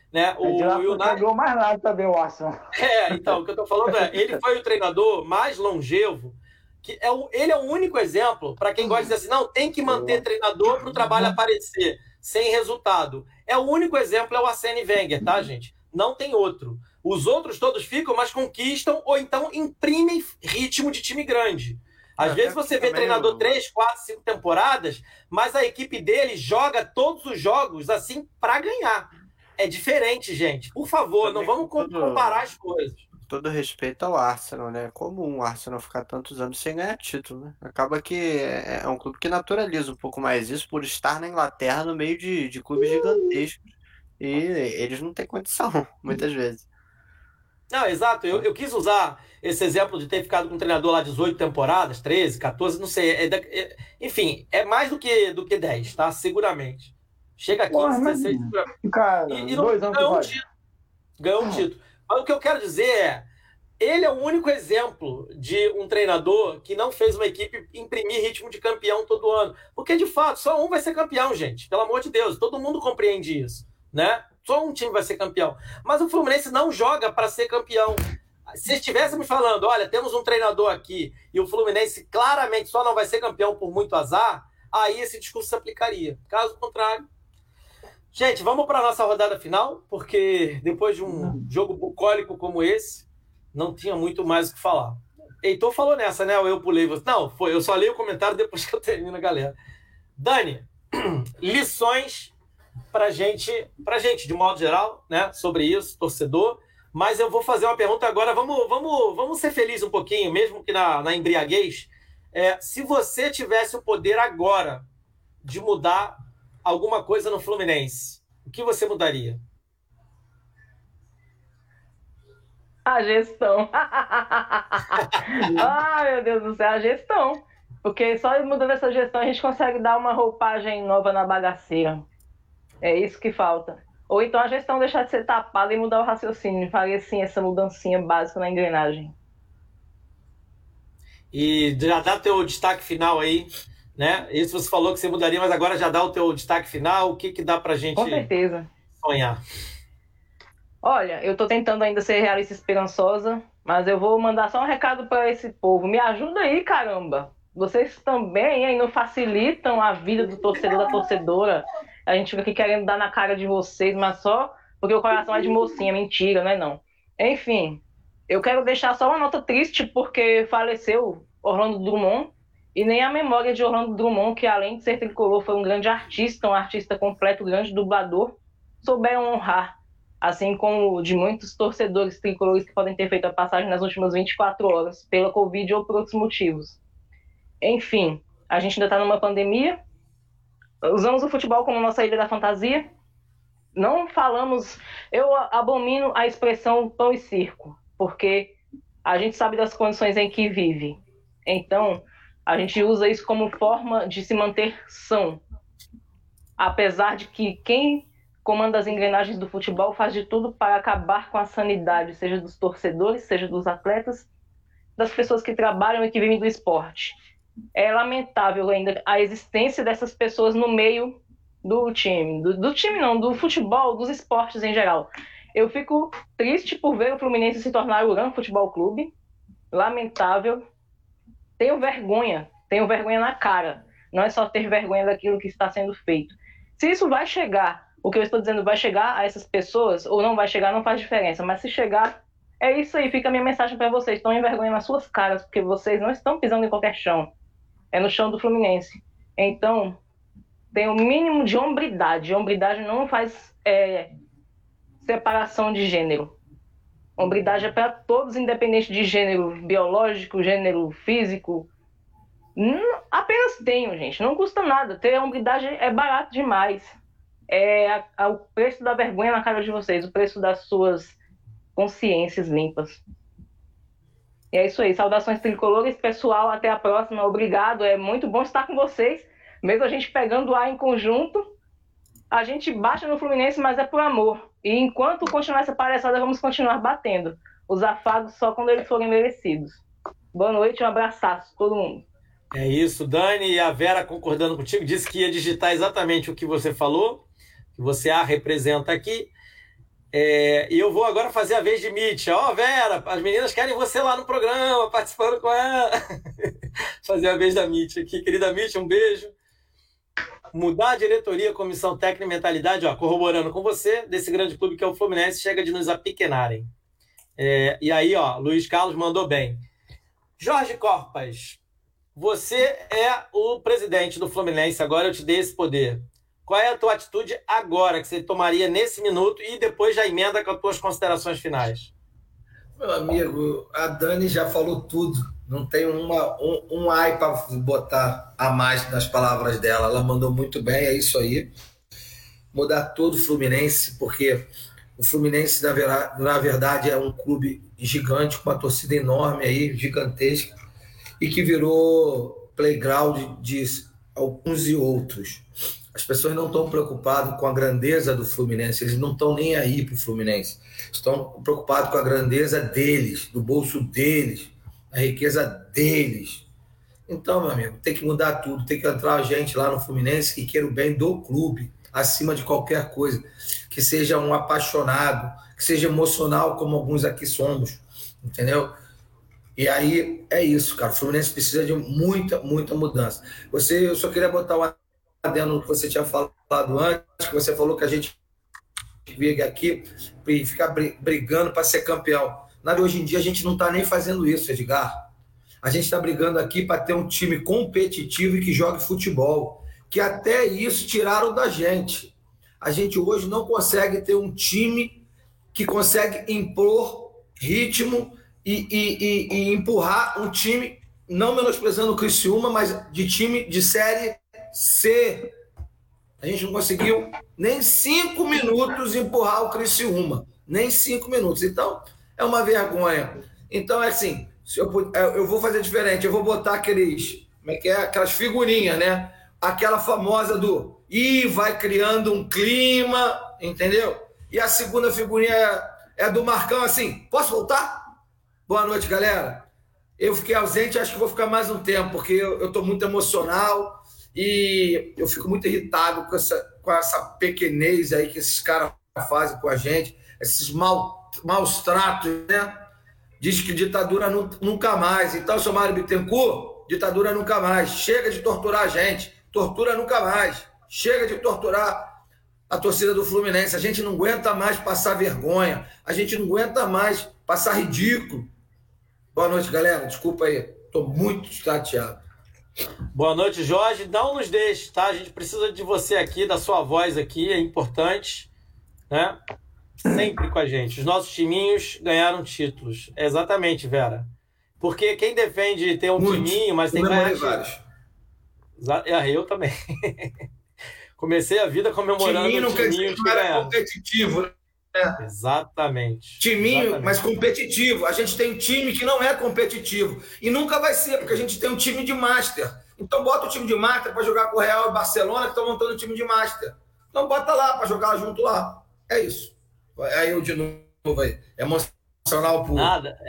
né? O United não mais nada também, o Arsenal. Então, o que eu estou falando ele foi o treinador mais longevo, ele é o único exemplo para quem gosta de dizer assim, não, tem que manter treinador para o trabalho aparecer sem resultado. É o único exemplo, é o Arsène Wenger, tá, gente? Não tem outro. Os outros todos ficam, mas conquistam ou então imprimem ritmo de time grande. Às vezes você vê treinador 3, 4, 5 temporadas, mas a equipe dele joga todos os jogos assim para ganhar. É diferente, gente. Por favor, não vamos comparar as coisas. Todo respeito ao Arsenal, né? É comum o Arsenal ficar tantos anos sem ganhar título, né? Acaba que é um clube que naturaliza um pouco mais isso por estar na Inglaterra no meio de clubes gigantescos. E eles não têm condição, muitas vezes. Não, exato. Eu quis usar esse exemplo de ter ficado com um treinador lá 18 temporadas, 13, 14, não sei. Enfim, é mais do que 10, tá? Seguramente. Chega a 15, 16. Cara, e ganhou um título. Mas o que eu quero dizer é, ele é o único exemplo de um treinador que não fez uma equipe imprimir ritmo de campeão todo ano. Porque, de fato, só um vai ser campeão, gente. Pelo amor de Deus, todo mundo compreende isso, né? Só um time vai ser campeão. Mas o Fluminense não joga para ser campeão. Se estivéssemos falando, olha, temos um treinador aqui e o Fluminense claramente só não vai ser campeão por muito azar, aí esse discurso se aplicaria. Caso contrário... Gente, vamos para a nossa rodada final, porque depois de um jogo bucólico como esse, não tinha muito mais o que falar. Heitor falou nessa, né? Eu pulei. Não, foi. Eu só li o comentário depois que eu termino, galera. Dani, lições pra gente, de modo geral, né? Sobre isso, torcedor. Mas eu vou fazer uma pergunta agora. Vamos ser felizes um pouquinho, mesmo que na embriaguez. Se você tivesse o poder agora de mudar alguma coisa no Fluminense, o que você mudaria? A gestão. Ai, meu Deus do céu, a gestão. Porque só mudando essa gestão a gente consegue dar uma roupagem nova na bagaceira. É isso que falta. Ou então a gestão deixar de ser tapada e mudar o raciocínio. Faria assim essa mudancinha básica na engrenagem. E já dá teu destaque final aí, né? Isso você falou que você mudaria, mas agora já dá o teu destaque final. O que dá pra gente Com certeza. sonhar? Olha, eu tô tentando ainda ser realista e esperançosa, mas eu vou mandar só um recado para esse povo. Me ajuda aí, caramba! Vocês também aí não facilitam a vida do torcedor, da torcedora. A gente fica aqui querendo dar na cara de vocês, mas só porque o coração é de mocinha. Mentira, não é não. Enfim, eu quero deixar só uma nota triste porque faleceu Orlando Drummond. E nem a memória de Orlando Drummond, que além de ser tricolor, foi um grande artista, um artista completo, um grande dublador, souberam honrar, assim como de muitos torcedores tricolores que podem ter feito a passagem nas últimas 24 horas, pela Covid ou por outros motivos. Enfim, a gente ainda está numa pandemia, usamos o futebol como nossa ilha da fantasia, não falamos... Eu abomino a expressão pão e circo, porque a gente sabe das condições em que vive. Então... a gente usa isso como forma de se manter são. Apesar de que quem comanda as engrenagens do futebol faz de tudo para acabar com a sanidade, seja dos torcedores, seja dos atletas, das pessoas que trabalham e que vivem do esporte. É lamentável ainda a existência dessas pessoas no meio do time. Do time não, do futebol, dos esportes em geral. Eu fico triste por ver o Fluminense se tornar o Urã Futebol Clube. Lamentável. Tenho vergonha na cara. Não é só ter vergonha daquilo que está sendo feito. Se isso vai chegar, o que eu estou dizendo vai chegar a essas pessoas, ou não vai chegar, não faz diferença. Mas se chegar, é isso aí. Fica a minha mensagem para vocês. Tomem vergonha nas suas caras, porque vocês não estão pisando em qualquer chão. É no chão do Fluminense. Então, tem o mínimo de hombridade. Hombridade não faz separação de gênero. Hombridade é para todos, independente de gênero biológico, gênero físico. Apenas tenham, gente. Não custa nada. Ter hombridade é barato demais. É o preço da vergonha na cara de vocês. O preço das suas consciências limpas. E é isso aí. Saudações tricolores, pessoal. Até a próxima. Obrigado. É muito bom estar com vocês. Mesmo a gente pegando ar em conjunto, a gente bate no Fluminense, mas é por amor. E enquanto continuar essa palhaçada, vamos continuar batendo. Os afagos só quando eles forem merecidos. Boa noite, um abraçaço, todo mundo. É isso, Dani. E a Vera, concordando contigo, disse que ia digitar exatamente o que você falou, que você a representa aqui. E eu vou agora fazer a vez de Mitch. Ó, Vera, as meninas querem você lá no programa, participando com ela. Fazer a vez da Mitch aqui. Querida Mitch, um beijo. Mudar a diretoria, comissão técnica e mentalidade, ó, corroborando com você, desse grande clube que é o Fluminense, chega de nos apequenarem. E aí, ó, Luiz Carlos mandou bem. Jorge Corpas, você é o presidente do Fluminense, agora eu te dei esse poder. Qual é a tua atitude agora que você tomaria nesse minuto e depois já emenda com as tuas considerações finais? Meu amigo, a Dani já falou tudo. Não tem um ai para botar a mais nas palavras dela. Ela mandou muito bem, é isso aí. Mudar todo o Fluminense, porque o Fluminense, na verdade, é um clube gigante, com uma torcida enorme aí, gigantesca, e que virou playground de alguns e outros. As pessoas não estão preocupadas com a grandeza do Fluminense, eles não estão nem aí para o Fluminense. Estão preocupados com a grandeza deles, do bolso deles, a riqueza deles. Então, meu amigo, tem que mudar tudo, tem que entrar gente lá no Fluminense que queira o bem do clube, acima de qualquer coisa, que seja um apaixonado, que seja emocional, como alguns aqui somos, entendeu? E aí é isso, cara. O Fluminense precisa de muita, muita mudança. Eu só queria botar uma adendo no que você tinha falado antes, que você falou que a gente vive aqui e ficar brigando para ser campeão. Hoje em dia a gente não está nem fazendo isso, Edgar. A gente está brigando aqui para ter um time competitivo e que jogue futebol, que até isso tiraram da gente. A gente hoje não consegue ter um time que consegue impor ritmo e empurrar um time, não menosprezando o Criciúma, mas de time de Série C. A gente não conseguiu nem 5 minutos empurrar o Criciúma. Nem 5 minutos. Então, é uma vergonha. Então, é assim, eu vou fazer diferente. Eu vou botar aquelas figurinhas, né? Aquela famosa do vai criando um clima, entendeu? E a segunda figurinha é do Marcão, assim, posso voltar? Boa noite, galera. Eu fiquei ausente, acho que vou ficar mais um tempo, porque eu estou muito emocional e eu fico muito irritado com essa pequenez aí que esses caras fazem com a gente, esses maus tratos, né? Diz que ditadura nunca mais. Então, seu Mário Bittencourt, ditadura nunca mais. Chega de torturar a gente. Tortura nunca mais. Chega de torturar a torcida do Fluminense. A gente não aguenta mais passar vergonha. A gente não aguenta mais passar ridículo. Boa noite, galera. Desculpa aí. Estou muito chateado. Boa noite, Jorge. Não nos deixe, tá? A gente precisa de você aqui, da sua voz aqui. É importante, né? Sempre com a gente. Os nossos timinhos ganharam títulos. Exatamente, Vera. Porque quem defende ter um timinho, mas tem que ganhar vários. Eu também. Comecei a vida comemorando timinho, timinhos que ganharam. Competitivo, né? Exatamente. Timinho, exatamente. Mas competitivo. A gente tem um time que não é competitivo. E nunca vai ser, porque a gente tem um time de Master. Então bota o time de Master para jogar com o Real e Barcelona, que estão montando o time de Master. Então bota lá para jogar junto lá. É isso. Aí eu de novo aí. Emocional puro. Nada.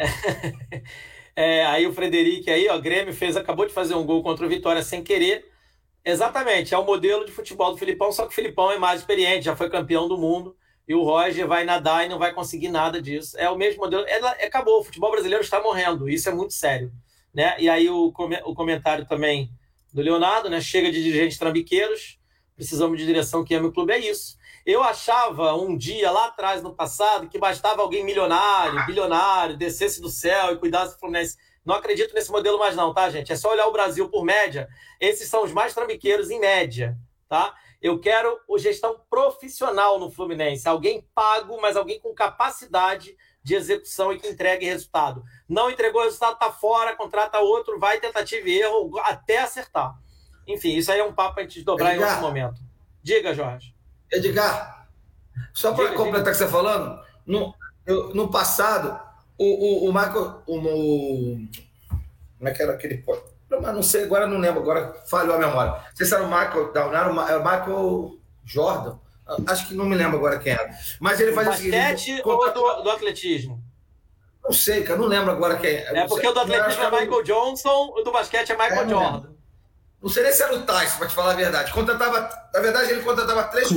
Aí o Frederico aí, ó, Grêmio acabou de fazer um gol contra o Vitória sem querer. Exatamente, é o modelo de futebol do Filipão, só que o Filipão é mais experiente, já foi campeão do mundo, e o Roger vai nadar e não vai conseguir nada disso. É o mesmo modelo. Acabou, o futebol brasileiro está morrendo, isso é muito sério, né? E aí o comentário também do Leonardo, né? Chega de dirigentes trambiqueiros, precisamos de direção que ame o clube, é isso. Eu achava um dia, lá atrás, no passado, que bastava alguém milionário, bilionário, descesse do céu e cuidasse do Fluminense. Não acredito nesse modelo mais não, tá, gente? É só olhar o Brasil por média. Esses são os mais trambiqueiros em média, tá? Eu quero gestão profissional no Fluminense. Alguém pago, mas alguém com capacidade de execução e que entregue resultado. Não entregou o resultado, tá fora, contrata outro, vai tentativa e erro até acertar. Enfim, isso aí é um papo para a gente dobrar em outro momento. Diga, Jorge. Edgar, só para completar o que você está falando, no passado, o Michael. Como é que era aquele. Mas não sei, agora não lembro, agora falhou a memória. Não sei se era o Michael Downard, era o Michael Jordan. Acho que não me lembro agora quem era. Mas ele faz o seguinte. Basquete ou do atletismo? Não sei, cara, não lembro agora quem é. Porque o do atletismo é Michael Johnson, o do basquete é Michael Jordan. Não sei nem se era o Tyson, para te falar a verdade. Na verdade, ele contratava três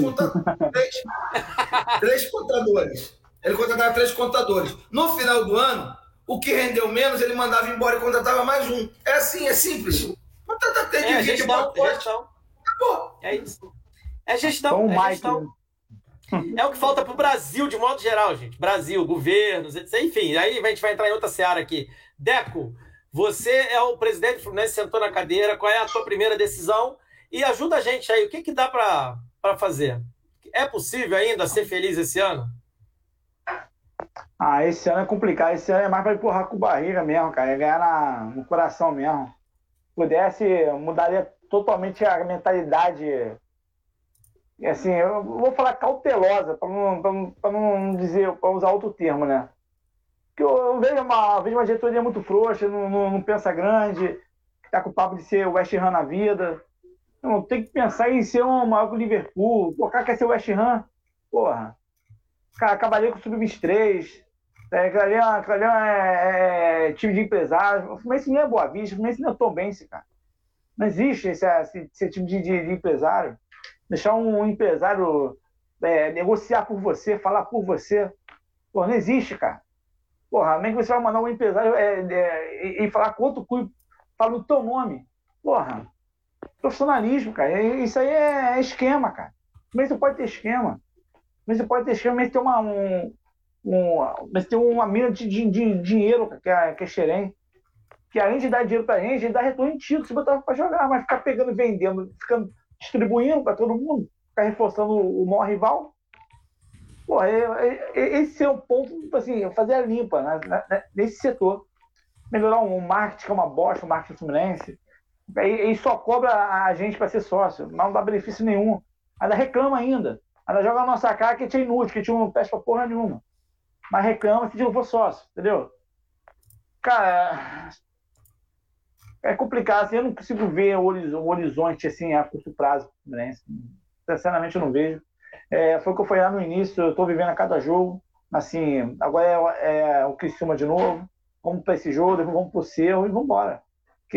contadores. Ele contratava 3 contadores. No final do ano, o que rendeu menos, ele mandava embora e contratava mais um. É assim, é simples. Contrata tem gente gestão. Acabou. É isso. É gestão. É o que falta para o Brasil, de modo geral, gente. Brasil, governos, etc. Enfim, aí a gente vai entrar em outra seara aqui. Deco, você é o presidente do Fluminense, sentou na cadeira. Qual é a tua primeira decisão? E ajuda a gente aí. O que dá para fazer? É possível ainda ser feliz esse ano? Esse ano é complicado. Esse ano é mais para empurrar com barriga mesmo, cara. É ganhar no coração mesmo. Se pudesse, mudaria totalmente a mentalidade. Assim, eu vou falar cautelosa, para não dizer, para usar outro termo, né? Porque eu vejo uma diretoria muito frouxa, não pensa grande, tá com o papo de ser o West Ham na vida. Não, tem que pensar em ser um maior que o Liverpool. O cara quer ser o West Ham, porra. Cara, acabaria com o Sub-23. Aquele é time de empresário. O Fluminense nem é Boa Vista, o Fluminense não é Tombense, cara. Não existe esse time de empresário. Deixar um empresário negociar por você, falar por você. Porra, não existe, cara. Porra, nem que você vai mandar um empresário e falar quanto custa, fala no teu nome. Porra, profissionalismo, cara. Isso aí é esquema, cara. Mas você pode ter esquema. Mas tem uma mina de dinheiro, que é Xerém, que além de dar dinheiro pra gente, ele dá retorno em título, se botar pra jogar, mas ficar pegando e vendendo, ficando distribuindo para todo mundo, ficar reforçando o maior rival. Porra, esse é o ponto, assim, fazer a limpa nesse setor. Melhorar o marketing, que é uma bosta, o marketing fluminense. E só cobra a gente para ser sócio, mas não dá benefício nenhum. Ainda reclama ainda. Ainda joga a nossa cara que a gente é inútil, que a gente não presta pra porra nenhuma. Mas reclama se não for sócio, entendeu? Cara, é complicado, assim, eu não consigo ver um horizonte assim, a curto prazo. Né? Sinceramente, eu não vejo. Foi o que eu falei lá no início, eu estou vivendo a cada jogo. Assim, agora é o Criciúma de novo. Vamos para esse jogo, depois vamos para o Cerro e vamos embora. Porque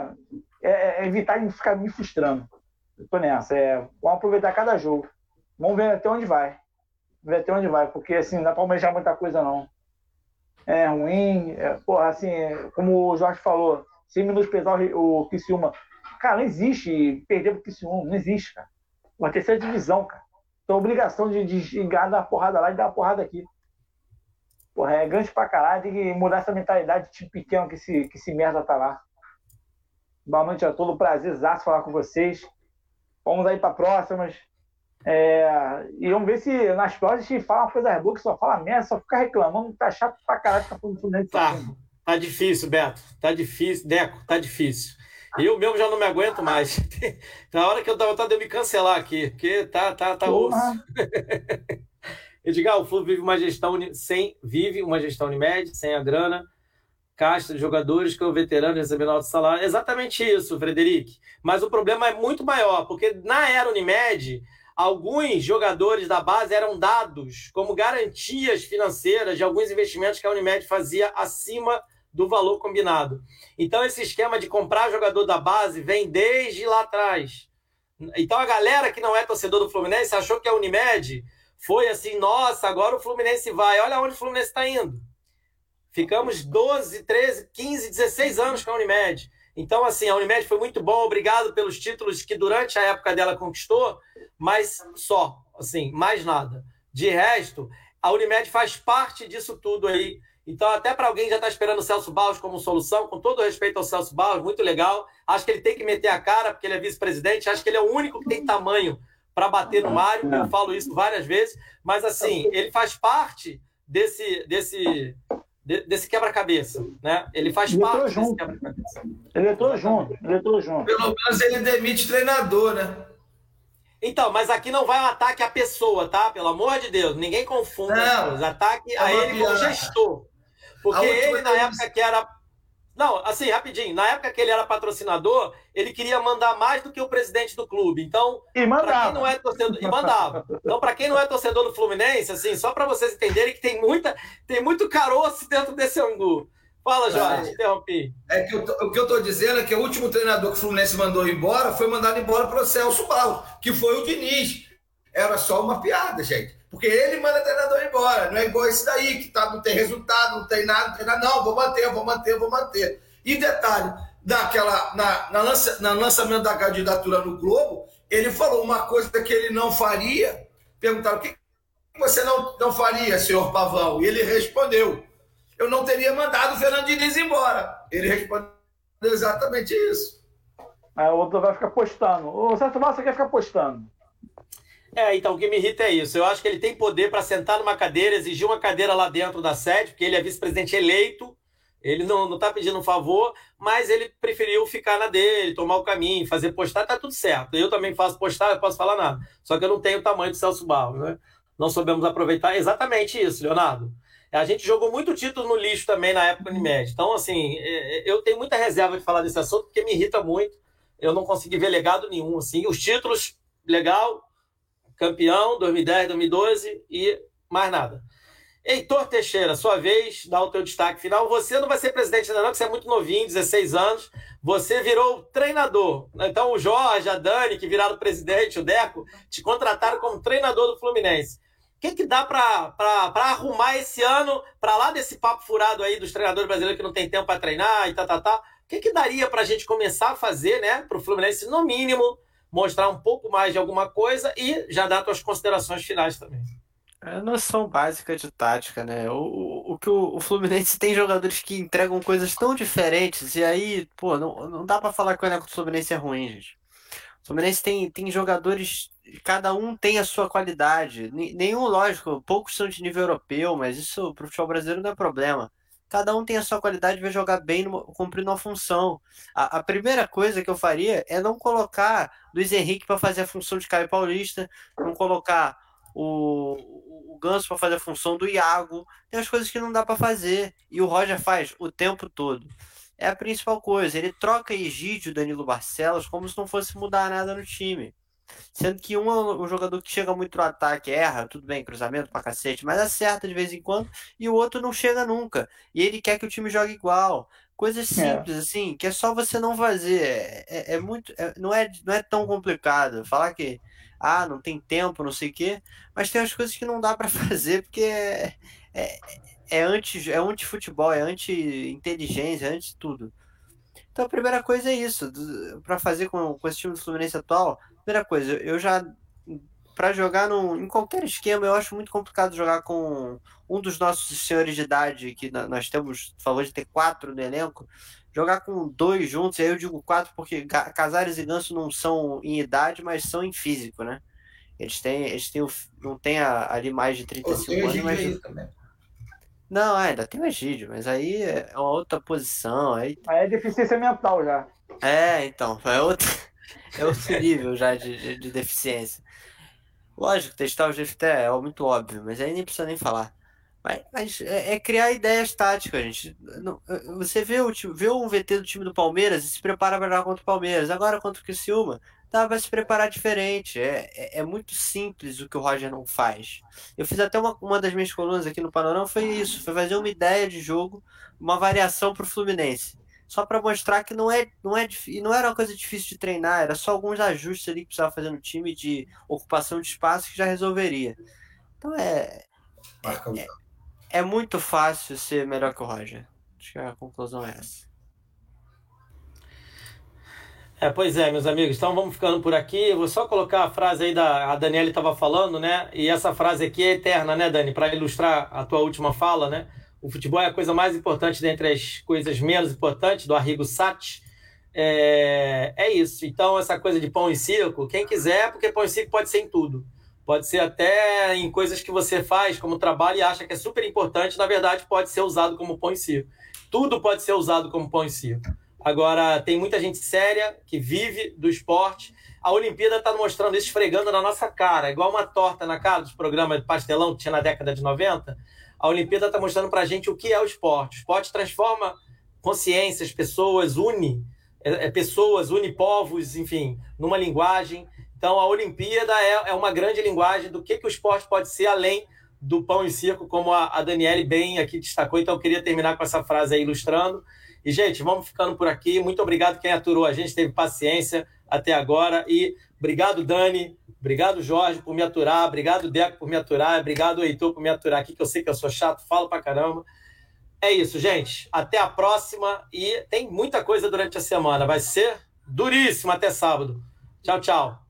é evitar de ficar me frustrando. Eu estou nessa. Vamos aproveitar cada jogo. Vamos ver até onde vai. Porque assim, não dá para almejar muita coisa, não. É ruim. Porra, assim, como o Jorge falou, sem menosprezar o Criciúma. Cara, não existe perder pro Criciúma. Não existe, cara. Uma terceira divisão, cara. Então, a obrigação de chegar, dar uma porrada lá e dar uma porrada aqui. Porra, é grande pra caralho. Tem que mudar essa mentalidade de time pequeno que esse merda tá lá. Boa noite a todos. Prazerzaço falar com vocês. Vamos aí pra próximas. E vamos ver se nas próximas a gente fala uma coisa boa, que só fala merda, só fica reclamando. Tá chato pra caralho ficar falando Fluminense. Tá difícil, Beto. Tá difícil. Deco, tá difícil. Eu mesmo já não me aguento mais. Na hora que eu tava vontade de eu me cancelar aqui, porque tá osso. Edgar, o Flu vive uma gestão Unimed, sem a grana, caixa de jogadores com veteranos recebendo alto salário. Exatamente isso, Frederico. Mas o problema é muito maior, porque na era Unimed, alguns jogadores da base eram dados como garantias financeiras de alguns investimentos que a Unimed fazia acima do valor combinado. Então, esse esquema de comprar jogador da base vem desde lá atrás. Então, a galera que não é torcedor do Fluminense achou que a Unimed foi assim, nossa, agora o Fluminense vai. Olha onde o Fluminense está indo. Ficamos 12, 13, 15, 16 anos com a Unimed. Então, assim, a Unimed foi muito bom, obrigado pelos títulos que durante a época dela conquistou, mas só, assim, mais nada. De resto, a Unimed faz parte disso tudo aí. Então, até para alguém já está esperando o Celso Barros como solução, com todo respeito ao Celso Barros, muito legal. Acho que ele tem que meter a cara, porque ele é vice-presidente. Acho que ele é o único que tem tamanho para bater no Mário. Eu falo isso várias vezes. Mas, assim, ele faz parte desse quebra-cabeça, né? Ele faz parte desse quebra-cabeça. Ele entrou junto. Pelo menos ele demite treinador, né? Então, mas aqui não vai um ataque à pessoa, tá? Pelo amor de Deus, ninguém confunda as coisas. Ataque a ele como gestor. Porque ele, na época que era... Não, assim, rapidinho. Na época que ele era patrocinador, ele queria mandar mais do que o presidente do clube. Então, para quem não é torcedor... E mandava. Então, para quem não é torcedor do Fluminense, assim, só para vocês entenderem que tem muito caroço dentro desse angu. Fala, Jorge, interrompi. O que eu estou dizendo é que o último treinador que o Fluminense mandou embora foi mandado embora para o Celso Barros, que foi o Diniz. Era só uma piada, gente. Porque ele manda o treinador embora. Não é igual esse daí, que não tem resultado, não tem nada. Não, vou manter. E detalhe, no lançamento da candidatura no Globo, ele falou uma coisa que ele não faria. Perguntaram, o que você não faria, senhor Pavão? E ele respondeu, eu não teria mandado o Fernando Diniz embora. Ele respondeu exatamente isso. Aí o outro vai ficar postando. O Celso Barros quer ficar postando. Então, o que me irrita é isso. Eu acho que ele tem poder para sentar numa cadeira, exigir uma cadeira lá dentro da sede, porque ele é vice-presidente eleito, ele não está pedindo um favor, mas ele preferiu ficar na dele, tomar o caminho, fazer postar, tá tudo certo. Eu também faço postar, eu posso falar nada. Só que eu não tenho o tamanho do Celso Barros, né? Não soubemos aproveitar exatamente isso, Leonardo. A gente jogou muito título no lixo também na época Unimed. Então, assim, eu tenho muita reserva de falar desse assunto, porque me irrita muito. Eu não consegui ver legado nenhum, assim. Os títulos, legal, campeão, 2010, 2012 e mais nada. Heitor Teixeira, sua vez, dá o teu destaque final. Você não vai ser presidente ainda não, porque você é muito novinho, 16 anos. Você virou treinador. Então, o Jorge, a Dani, que viraram presidente, o Deco, te contrataram como treinador do Fluminense. O que dá para arrumar esse ano, para lá desse papo furado aí dos treinadores brasileiros que não tem tempo para treinar e O que daria para a gente começar a fazer, né, para o Fluminense, no mínimo, mostrar um pouco mais de alguma coisa e já dar tuas considerações finais também? É a noção básica de tática, né? O Fluminense tem jogadores que entregam coisas tão diferentes, e aí, pô, não dá pra falar que o elenco do Fluminense é ruim, gente. O Fluminense tem jogadores, cada um tem a sua qualidade. Nenhum, lógico, poucos são de nível europeu, mas isso pro futebol brasileiro não é problema. Cada um tem a sua qualidade e vai jogar bem cumprindo uma função. A primeira coisa que eu faria é não colocar Luiz Henrique para fazer a função de Caio Paulista, não colocar o Ganso para fazer a função do Iago. Tem as coisas que não dá para fazer e o Roger faz o tempo todo. É a principal coisa. Ele troca Egídio, Danilo Barcelos como se não fosse mudar nada no time. Sendo que um é um jogador que chega muito no ataque, erra, tudo bem, cruzamento pra cacete, mas acerta de vez em quando, e o outro não chega nunca. E ele quer que o time jogue igual. Coisas simples, assim, que é só você não fazer. Não é tão complicado. Falar que não tem tempo, não sei o quê, mas tem as coisas que não dá pra fazer, porque é anti-futebol, é anti-inteligência, é anti-tudo. Então a primeira coisa é isso, para fazer com esse time do Fluminense atual. Primeira coisa, para jogar em qualquer esquema, eu acho muito complicado jogar com um dos nossos senhores de idade, que nós temos o favor de ter 4 no elenco, jogar com 2 juntos, e aí eu digo 4 porque Casares e Ganso não são em idade, mas são em físico, né? Eles não tem ali mais de 35 anos, mas... Não, ainda tem o Egídio, mas aí é uma outra posição. Aí é deficiência mental já. Então, é outro nível já de deficiência. Lógico, testar o GFT é muito óbvio, mas aí nem precisa nem falar. Mas é criar ideias táticas, gente. Você vê um VT do time do Palmeiras e se prepara para jogar contra o Palmeiras. Agora contra o Criciúma, dá para se preparar diferente. É muito simples o que o Roger não faz. Eu fiz até uma das minhas colunas aqui no Panorama, foi isso. Foi fazer uma ideia de jogo, uma variação para o Fluminense. Só para mostrar que não era uma coisa difícil de treinar, era só alguns ajustes ali que precisava fazer no time de ocupação de espaço que já resolveria. Então é muito fácil ser melhor que o Roger. Acho que a conclusão é essa. Pois é, meus amigos. Então vamos ficando por aqui. Eu vou só colocar a frase aí a Daniela estava falando, né? E essa frase aqui é eterna, né, Dani? Para ilustrar a tua última fala, né? O futebol é a coisa mais importante dentre as coisas menos importantes, do Arrigo Sacchi. É isso. Então, essa coisa de pão e circo, quem quiser, porque pão e circo pode ser em tudo. Pode ser até em coisas que você faz como trabalho e acha que é super importante, na verdade pode ser usado como pão e circo. Tudo pode ser usado como pão e circo. Agora, tem muita gente séria que vive do esporte. A Olimpíada está mostrando isso, esfregando na nossa cara, igual uma torta na cara dos programas de pastelão que tinha na década de 90. A Olimpíada está mostrando para a gente o que é o esporte. O esporte transforma consciências, pessoas, une povos, enfim, numa linguagem. Então, a Olimpíada é uma grande linguagem do que o esporte pode ser além do Pão e Circo, como a Daniele bem aqui destacou. Então, eu queria terminar com essa frase aí, ilustrando. E, gente, vamos ficando por aqui. Muito obrigado quem aturou a gente, teve paciência até agora. E obrigado, Dani. Obrigado, Jorge, por me aturar. Obrigado, Deco, por me aturar. Obrigado, Heitor, por me aturar aqui, que eu sei que eu sou chato, falo pra caramba. É isso, gente. Até a próxima. E tem muita coisa durante a semana. Vai ser duríssimo até sábado. Tchau, tchau.